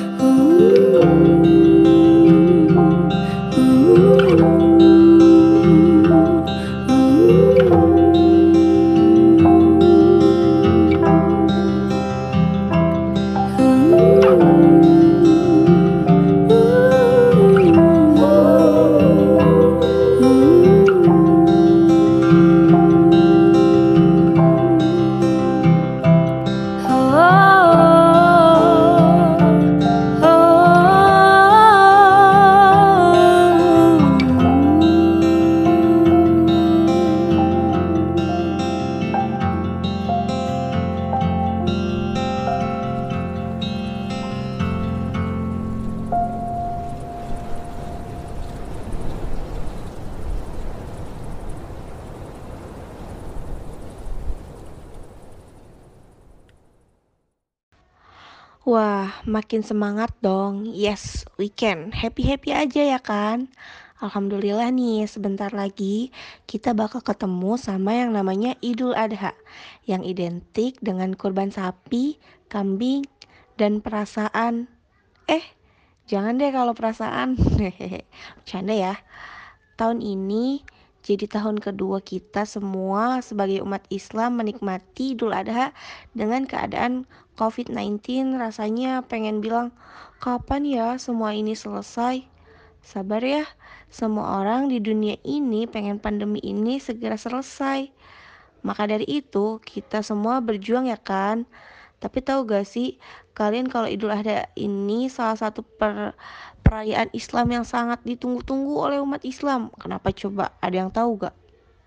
Wah, makin semangat dong. Yes, weekend. Happy-happy aja ya kan? Alhamdulillah nih, sebentar lagi kita bakal ketemu sama yang namanya Idul Adha, yang identik dengan kurban sapi, kambing, dan perasaan. Jangan deh kalau perasaan. Bercanda ya. Tahun ini jadi tahun kedua kita semua sebagai umat Islam menikmati Idul Adha dengan keadaan COVID-19. Rasanya pengen bilang, kapan ya semua ini selesai? Sabar ya, semua orang di dunia ini pengen pandemi ini segera selesai. Maka dari itu, kita semua berjuang ya kan? Tapi tahu gak sih, kalian kalau Idul Adha ini salah satu perayaan Islam yang sangat ditunggu-tunggu oleh umat Islam. Kenapa coba? Ada yang tahu gak?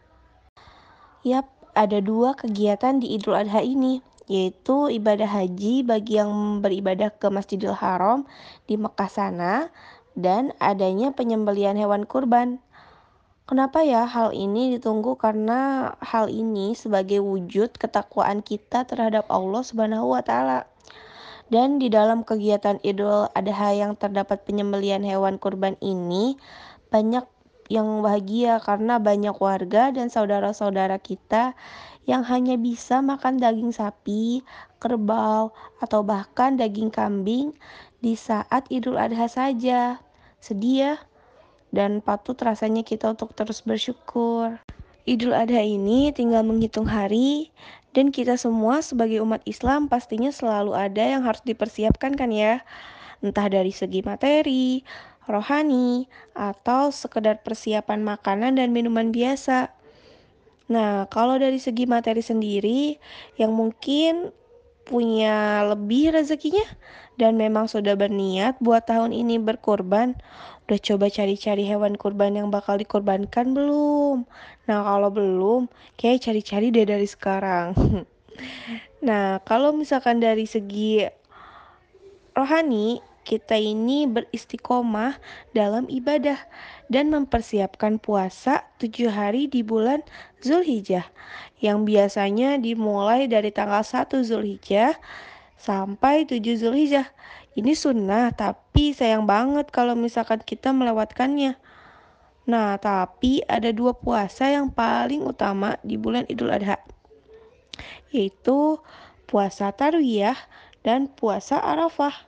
Yap, ada dua kegiatan di Idul Adha ini, yaitu ibadah haji bagi yang beribadah ke Masjidil Haram di Mekah sana, dan adanya penyembelihan hewan kurban. Kenapa ya hal ini ditunggu? Karena hal ini sebagai wujud ketakwaan kita terhadap Allah Subhanahu wa taala. Dan di dalam kegiatan Idul Adha yang terdapat penyembelihan hewan kurban ini, banyak yang bahagia karena banyak warga dan saudara-saudara kita yang hanya bisa makan daging sapi, kerbau, atau bahkan daging kambing di saat Idul Adha saja. Sedih ya, dan patut rasanya kita untuk terus bersyukur. Idul Adha ini tinggal menghitung hari, dan kita semua sebagai umat Islam pastinya selalu ada yang harus dipersiapkan kan ya. Entah dari segi materi, rohani, atau sekedar persiapan makanan dan minuman biasa. Nah, kalau dari segi materi sendiri, yang mungkin punya lebih rezekinya dan memang sudah berniat buat tahun ini berkurban, udah coba cari-cari hewan kurban yang bakal dikorbankan belum? Nah, kalau belum, kayak cari-cari deh dari sekarang. Nah, kalau misalkan dari segi rohani, kita ini beristiqomah dalam ibadah dan mempersiapkan puasa 7 hari di bulan Zulhijjah, yang biasanya dimulai dari tanggal 1 Zulhijjah sampai 7 Zulhijjah. Ini sunnah, tapi sayang banget kalau misalkan kita melewatkannya. Nah, tapi ada 2 puasa yang paling utama di bulan Idul Adha, yaitu puasa Tarwiyah dan puasa Arafah.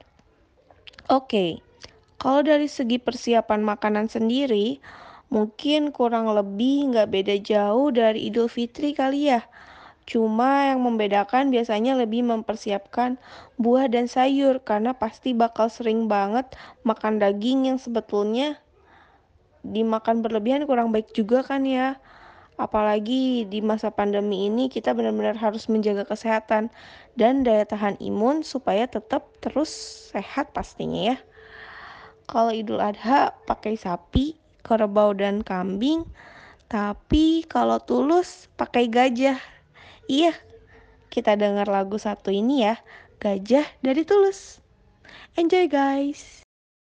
Oke, kalau dari segi persiapan makanan sendiri, mungkin kurang lebih nggak beda jauh dari Idul Fitri kali ya. Cuma yang membedakan biasanya lebih mempersiapkan buah dan sayur, karena pasti bakal sering banget makan daging yang sebetulnya dimakan berlebihan kurang baik juga kan ya. Apalagi di masa pandemi ini kita benar-benar harus menjaga kesehatan dan daya tahan imun supaya tetap terus sehat pastinya ya. Kalau Idul Adha pakai sapi, kerbau dan kambing, tapi kalau Tulus pakai gajah. Iya, kita dengar lagu satu ini ya, Gajah dari Tulus. Enjoy guys.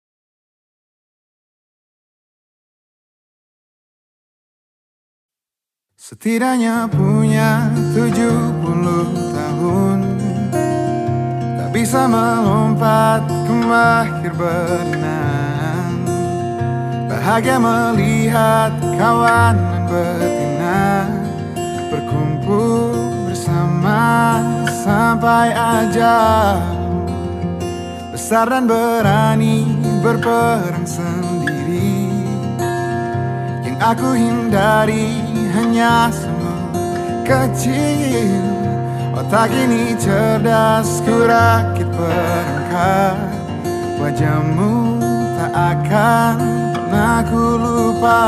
Setidaknya punya 70 tahun, tak bisa melompat ke mahir berenang. Bahagia melihat kawanan betina berkumpul bersama sampai ajal. Besar dan berani berperang sendiri, yang aku hindari hanya semut kecil. Otak ini cerdas, ku rakit perangkat. Wajahmu tak akan pernah ku lupa.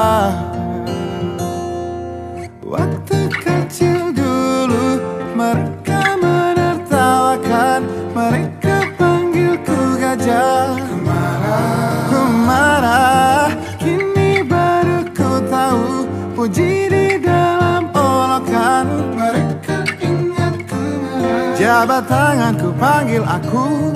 Waktu kecil dulu mereka menertawakan, mereka panggilku gajah. Ku marah, kini baru ku tahu puji di dalam olokan. Mereka ingat ku marah, jabat tanganku panggil aku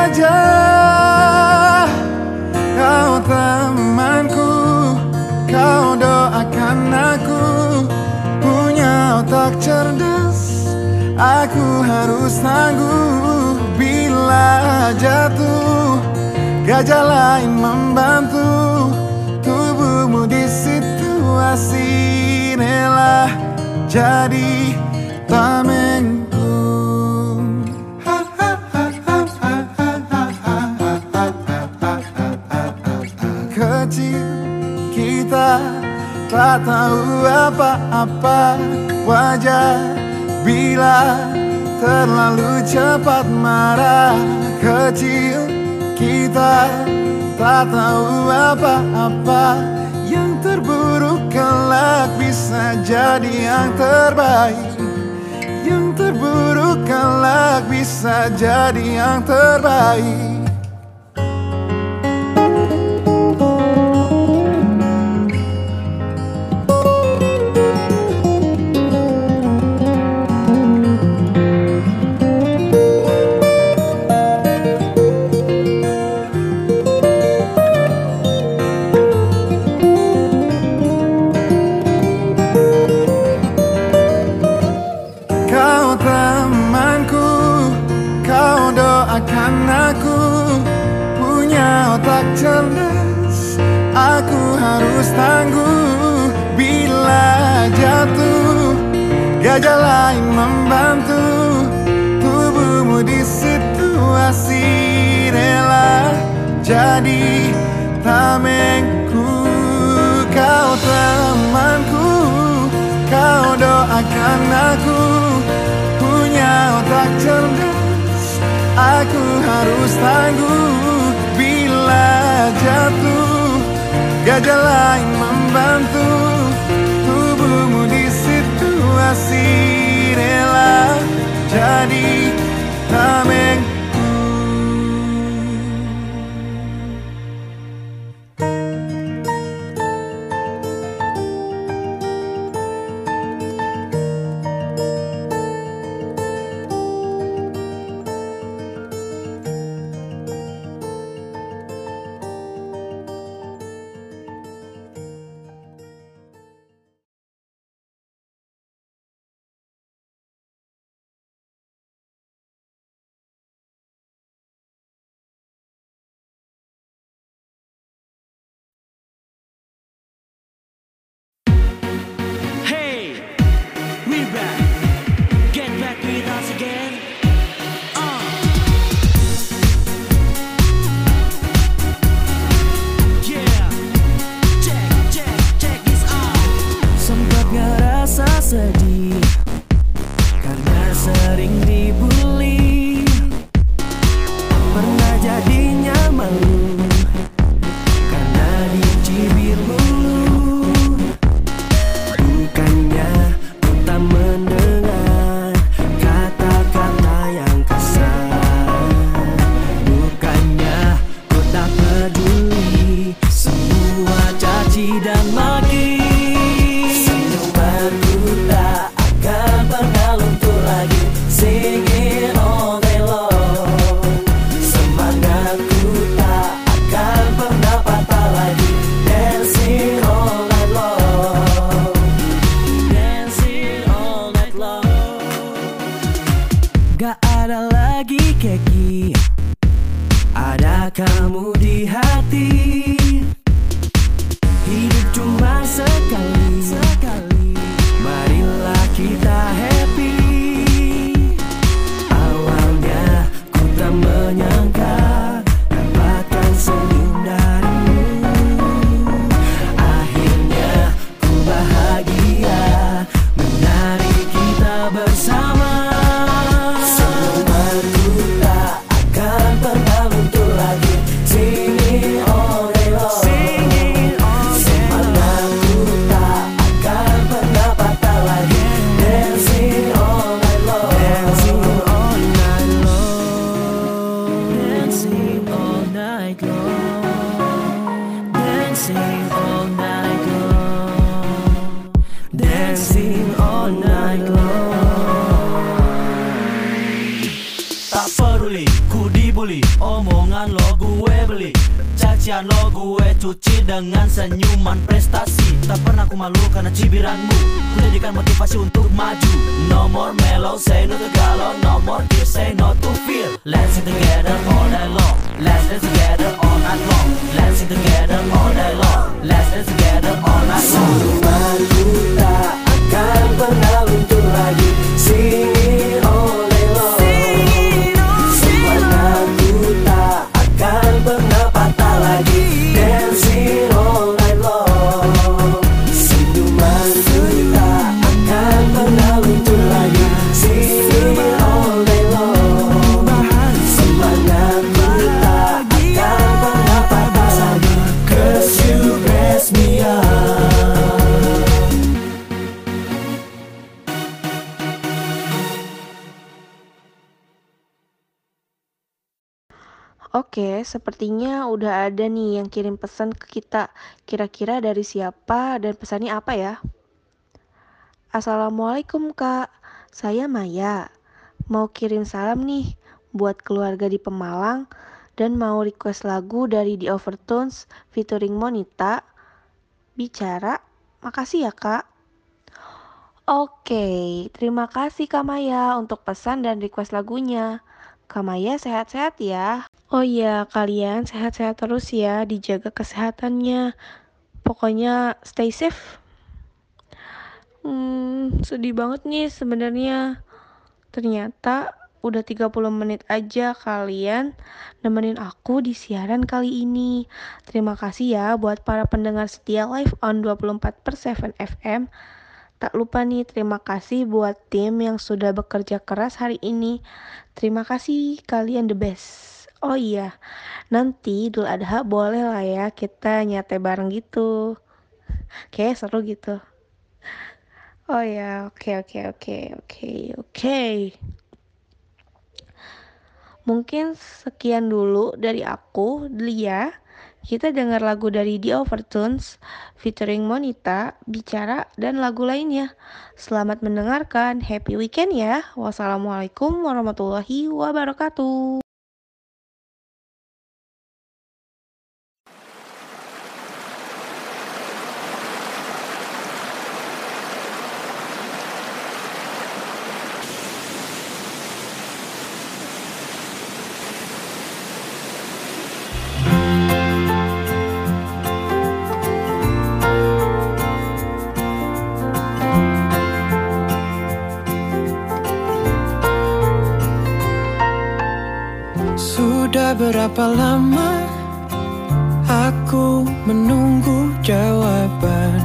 gajah. Kau temanku, kau doakan aku, punya otak cerdas, aku harus tangguh. Bila jatuh, gajah lain membantu, tubuhmu di situasi inilah jadi tamengku. Kecil kita tak tahu apa-apa, wajar bila terlalu cepat marah. Kecil kita tak tahu apa-apa, yang terburuk kelak bisa jadi yang terbaik. Yang terburuk kelak bisa jadi yang terbaik. harus tangguh bila jatuh. Gajah lain membantu tubuhmu di situasi rela jadi tamengku. Kau temanku, kau doakan aku punya otak cerdas. Aku harus tangguh bila jatuh. Gajah lain membantu tubuhmu di situasi rela jadi tamengku. Hey, we back. Get back with us again. Yeah. Check this out. Sempat ngerasa sedih karena sering dibully. Pernah jadinya malu karena dicibir mulu. Bukannya ku tak mendengar kata-kata yang kasar. Bukannya ku tak peduli semua caci dan maki. Senyumanku tak akan pernah luntur lagi. Singing all day long. Semangatku tak akan pernah patah lagi. Dancing all night long. Dancing all night long. Gak ada lagi keki, ada kamu di hati. Hidup cuma sekali, marilah kita happy. Awalnya ku tak menyangka dapatkan senyum darimu. Akhirnya ku bahagia menari kita bersama. Senyumanku tak akan pernah luntur lagi. Singing all day long. Semangatku tak akan pernah patah lagi. Dancing all night long. Dancing all night long. Dancing all night long. Dancing all night long. Dancing all night long. Tak peduli ku dibully, omongan lo gue beli. Cacian lo gue cuci dengan senyuman prestasi. Tak pernah ku malu karena cibiranmu. Ku jadikan motivasi untuk maju. No more mellow, say no to galau. No more tears, say no to fear. Let's sing together all day long. Let's dance together all night long. Let's sing together all day long. Let's dance together all night long. Senyumanku tak akan pernah luntur lagi. Singing all day long. Semangatku tak akan pernah patah lagi. Dancing all night long. Senyumanku tak akan pernah luntur lagi. Singing all day long. Semangatku tak akan pernah patah lagi. 'Cause you bless me up. Oke, sepertinya udah ada nih yang kirim pesan ke kita. Kira-kira dari siapa dan pesannya apa ya? Assalamualaikum Kak, saya Maya. Mau kirim salam nih buat keluarga di Pemalang dan mau request lagu dari The Overtones featuring Monita. Bicara, makasih ya Kak. Oke, terima kasih Kak Maya untuk pesan dan request lagunya. Kak Maya sehat-sehat ya. Oh iya, kalian sehat-sehat terus ya, dijaga kesehatannya. Pokoknya stay safe. Sedih banget nih sebenarnya. Ternyata udah 30 menit aja kalian nemenin aku di siaran kali ini. Terima kasih ya buat para pendengar setia live on 24/7 FM. Tak lupa nih, terima kasih buat tim yang sudah bekerja keras hari ini. Terima kasih, kalian the best. Oh iya, nanti Idul Adha boleh lah ya kita nyate bareng gitu. Kayak seru gitu. Oh ya, oke. Mungkin sekian dulu dari aku, Lia. Kita dengar lagu dari The Overtones featuring Monita, Bicara, dan lagu lainnya. Selamat mendengarkan, happy weekend ya. Wassalamualaikum warahmatullahi wabarakatuh. Sudah berapa lama aku menunggu jawaban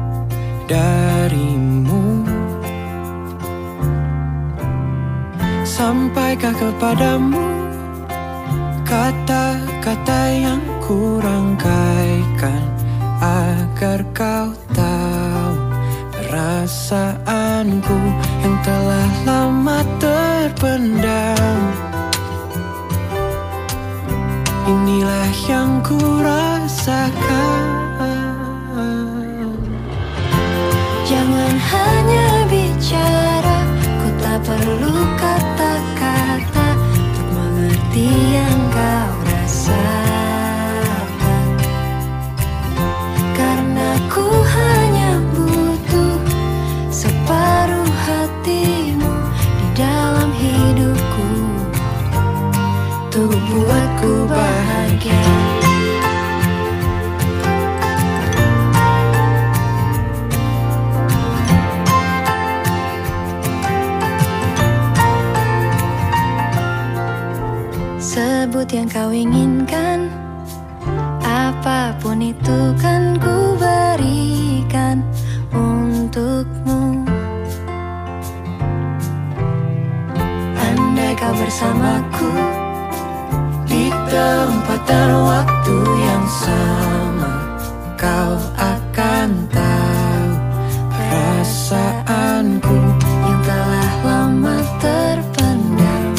darimu. Sampaikah kepadamu kata-kata yang kurangkaikan agar kau tahu perasaanku yang telah lama terpendam. Inilah yang ku rasakan. Jangan hanya bicara, ku tak perlu kata-kata untuk mengerti yang kau rasakan. Karena ku hanya butuh separuh hatimu di dalam hidupku untuk buatku bahagia. Sebut yang kau inginkan, apapun itu kan ku berikan untukmu. Andai kau bersamaku di tempat dan waktu yang sama, kau akan tahu perasaanku yang telah lama terpendam.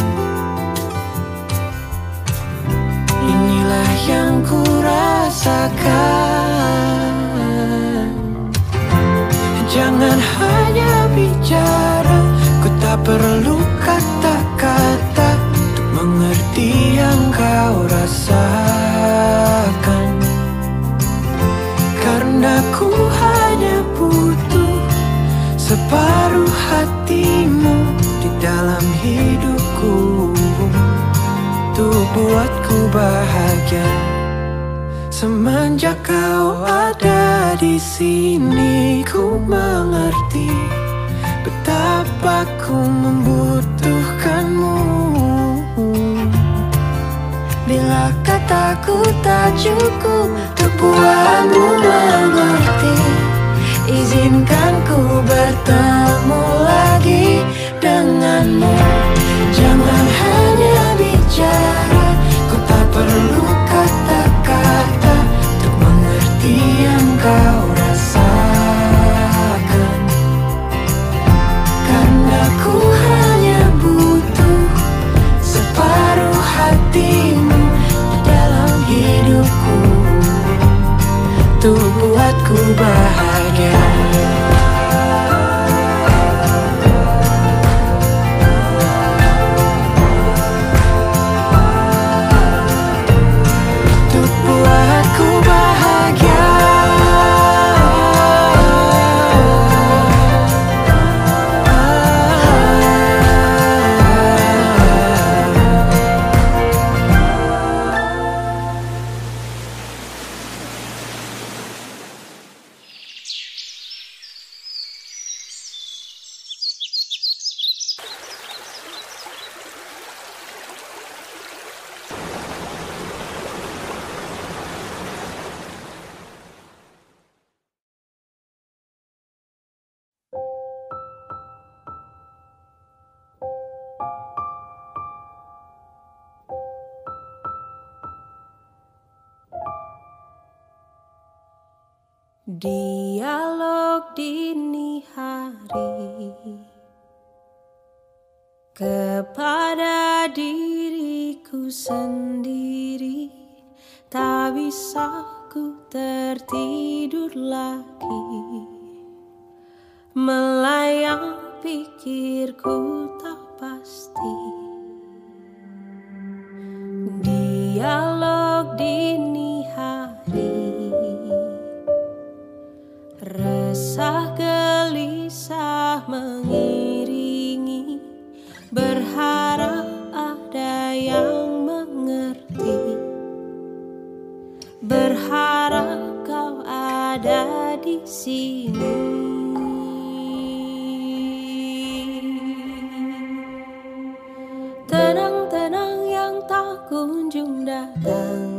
Inilah yang ku rasakan. Jangan hanya bicara, ku tak perlu kata-kata untuk mengerti yang kau rasakan. Karena ku hanya butuh separuh hatimu di dalam hidupku untuk buatku bahagia. Semenjak kau ada di sini, ku mengerti betapa ku membutuhkanmu. Bila kataku tak cukup untuk buatmu mengerti, izinkan ku bertemu lagi denganmu. Jangan hanya bicara, ku tak perlu kata-kata untuk mengerti yang kau rasakan. Karena ku hanya butuh separuh hatimu di dalam hidupku untuk buatku bahagia. Dialog dini hari kepada diriku sendiri, tak bisa ku tertidur lagi, melayang pikirku tak pasti. Dialog dini hari, resah gelisah mengiringi, berharap ada yang mengerti, berharap kau ada di sini. Tenang-tenang yang tak kunjung datang,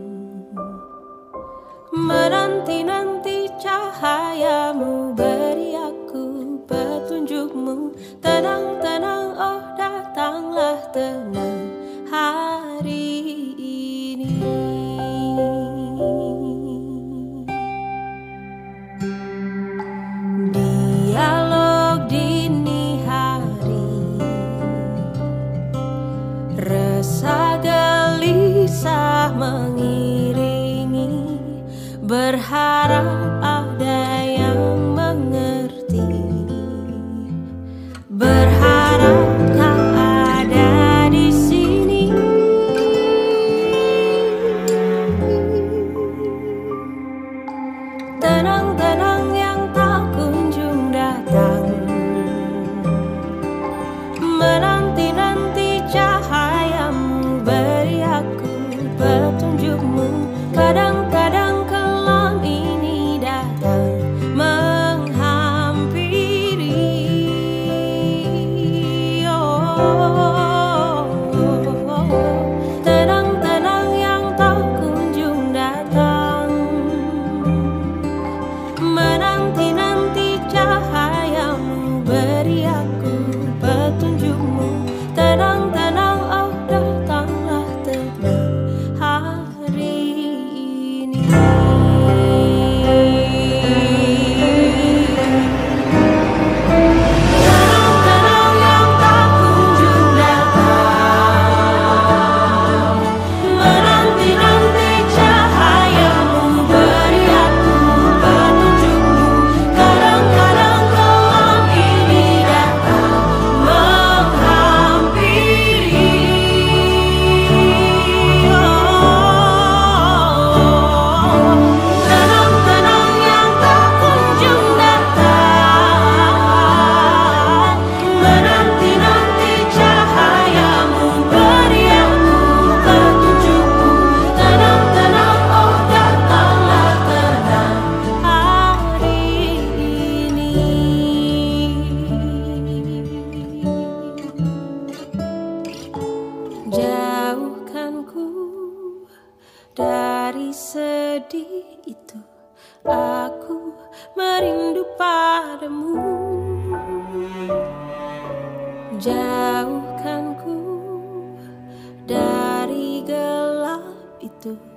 menanti-nanti cahayamu, beri aku petunjukmu. Tenang-tenang, oh datanglah tenang hari ini. Dialog dini hari, resah gelisah mengiringi, berharap ada yang mengerti, berharap kau ada di sini. Tenang-tenang yang tak kunjung datang, menanti-nanti cahayamu, beri aku petunjukmu. Kadang-kadang kelam ini datang menghampiri. Tenang-tenang yang tak kunjung datang, menanti-nanti cahayamu, beri aku petunjukmu. Tenang-tenang, oh datanglah tenang hari ini. Tenang-tenang yang tak kunjung datang, menanti-nanti cahayamu, beri aku petunjukmu. Kadang-kadang kelam ini datang menghampiri. Tenang-tenang yang tak kunjung datang, menanti-nanti cahayamu, beri aku petunjukmu. Tenang-tenang, oh datanglah tenang hari ini. Jauhkan ku dari sedih itu, aku merindu padamu. Jauhkan ku dari gelap itu,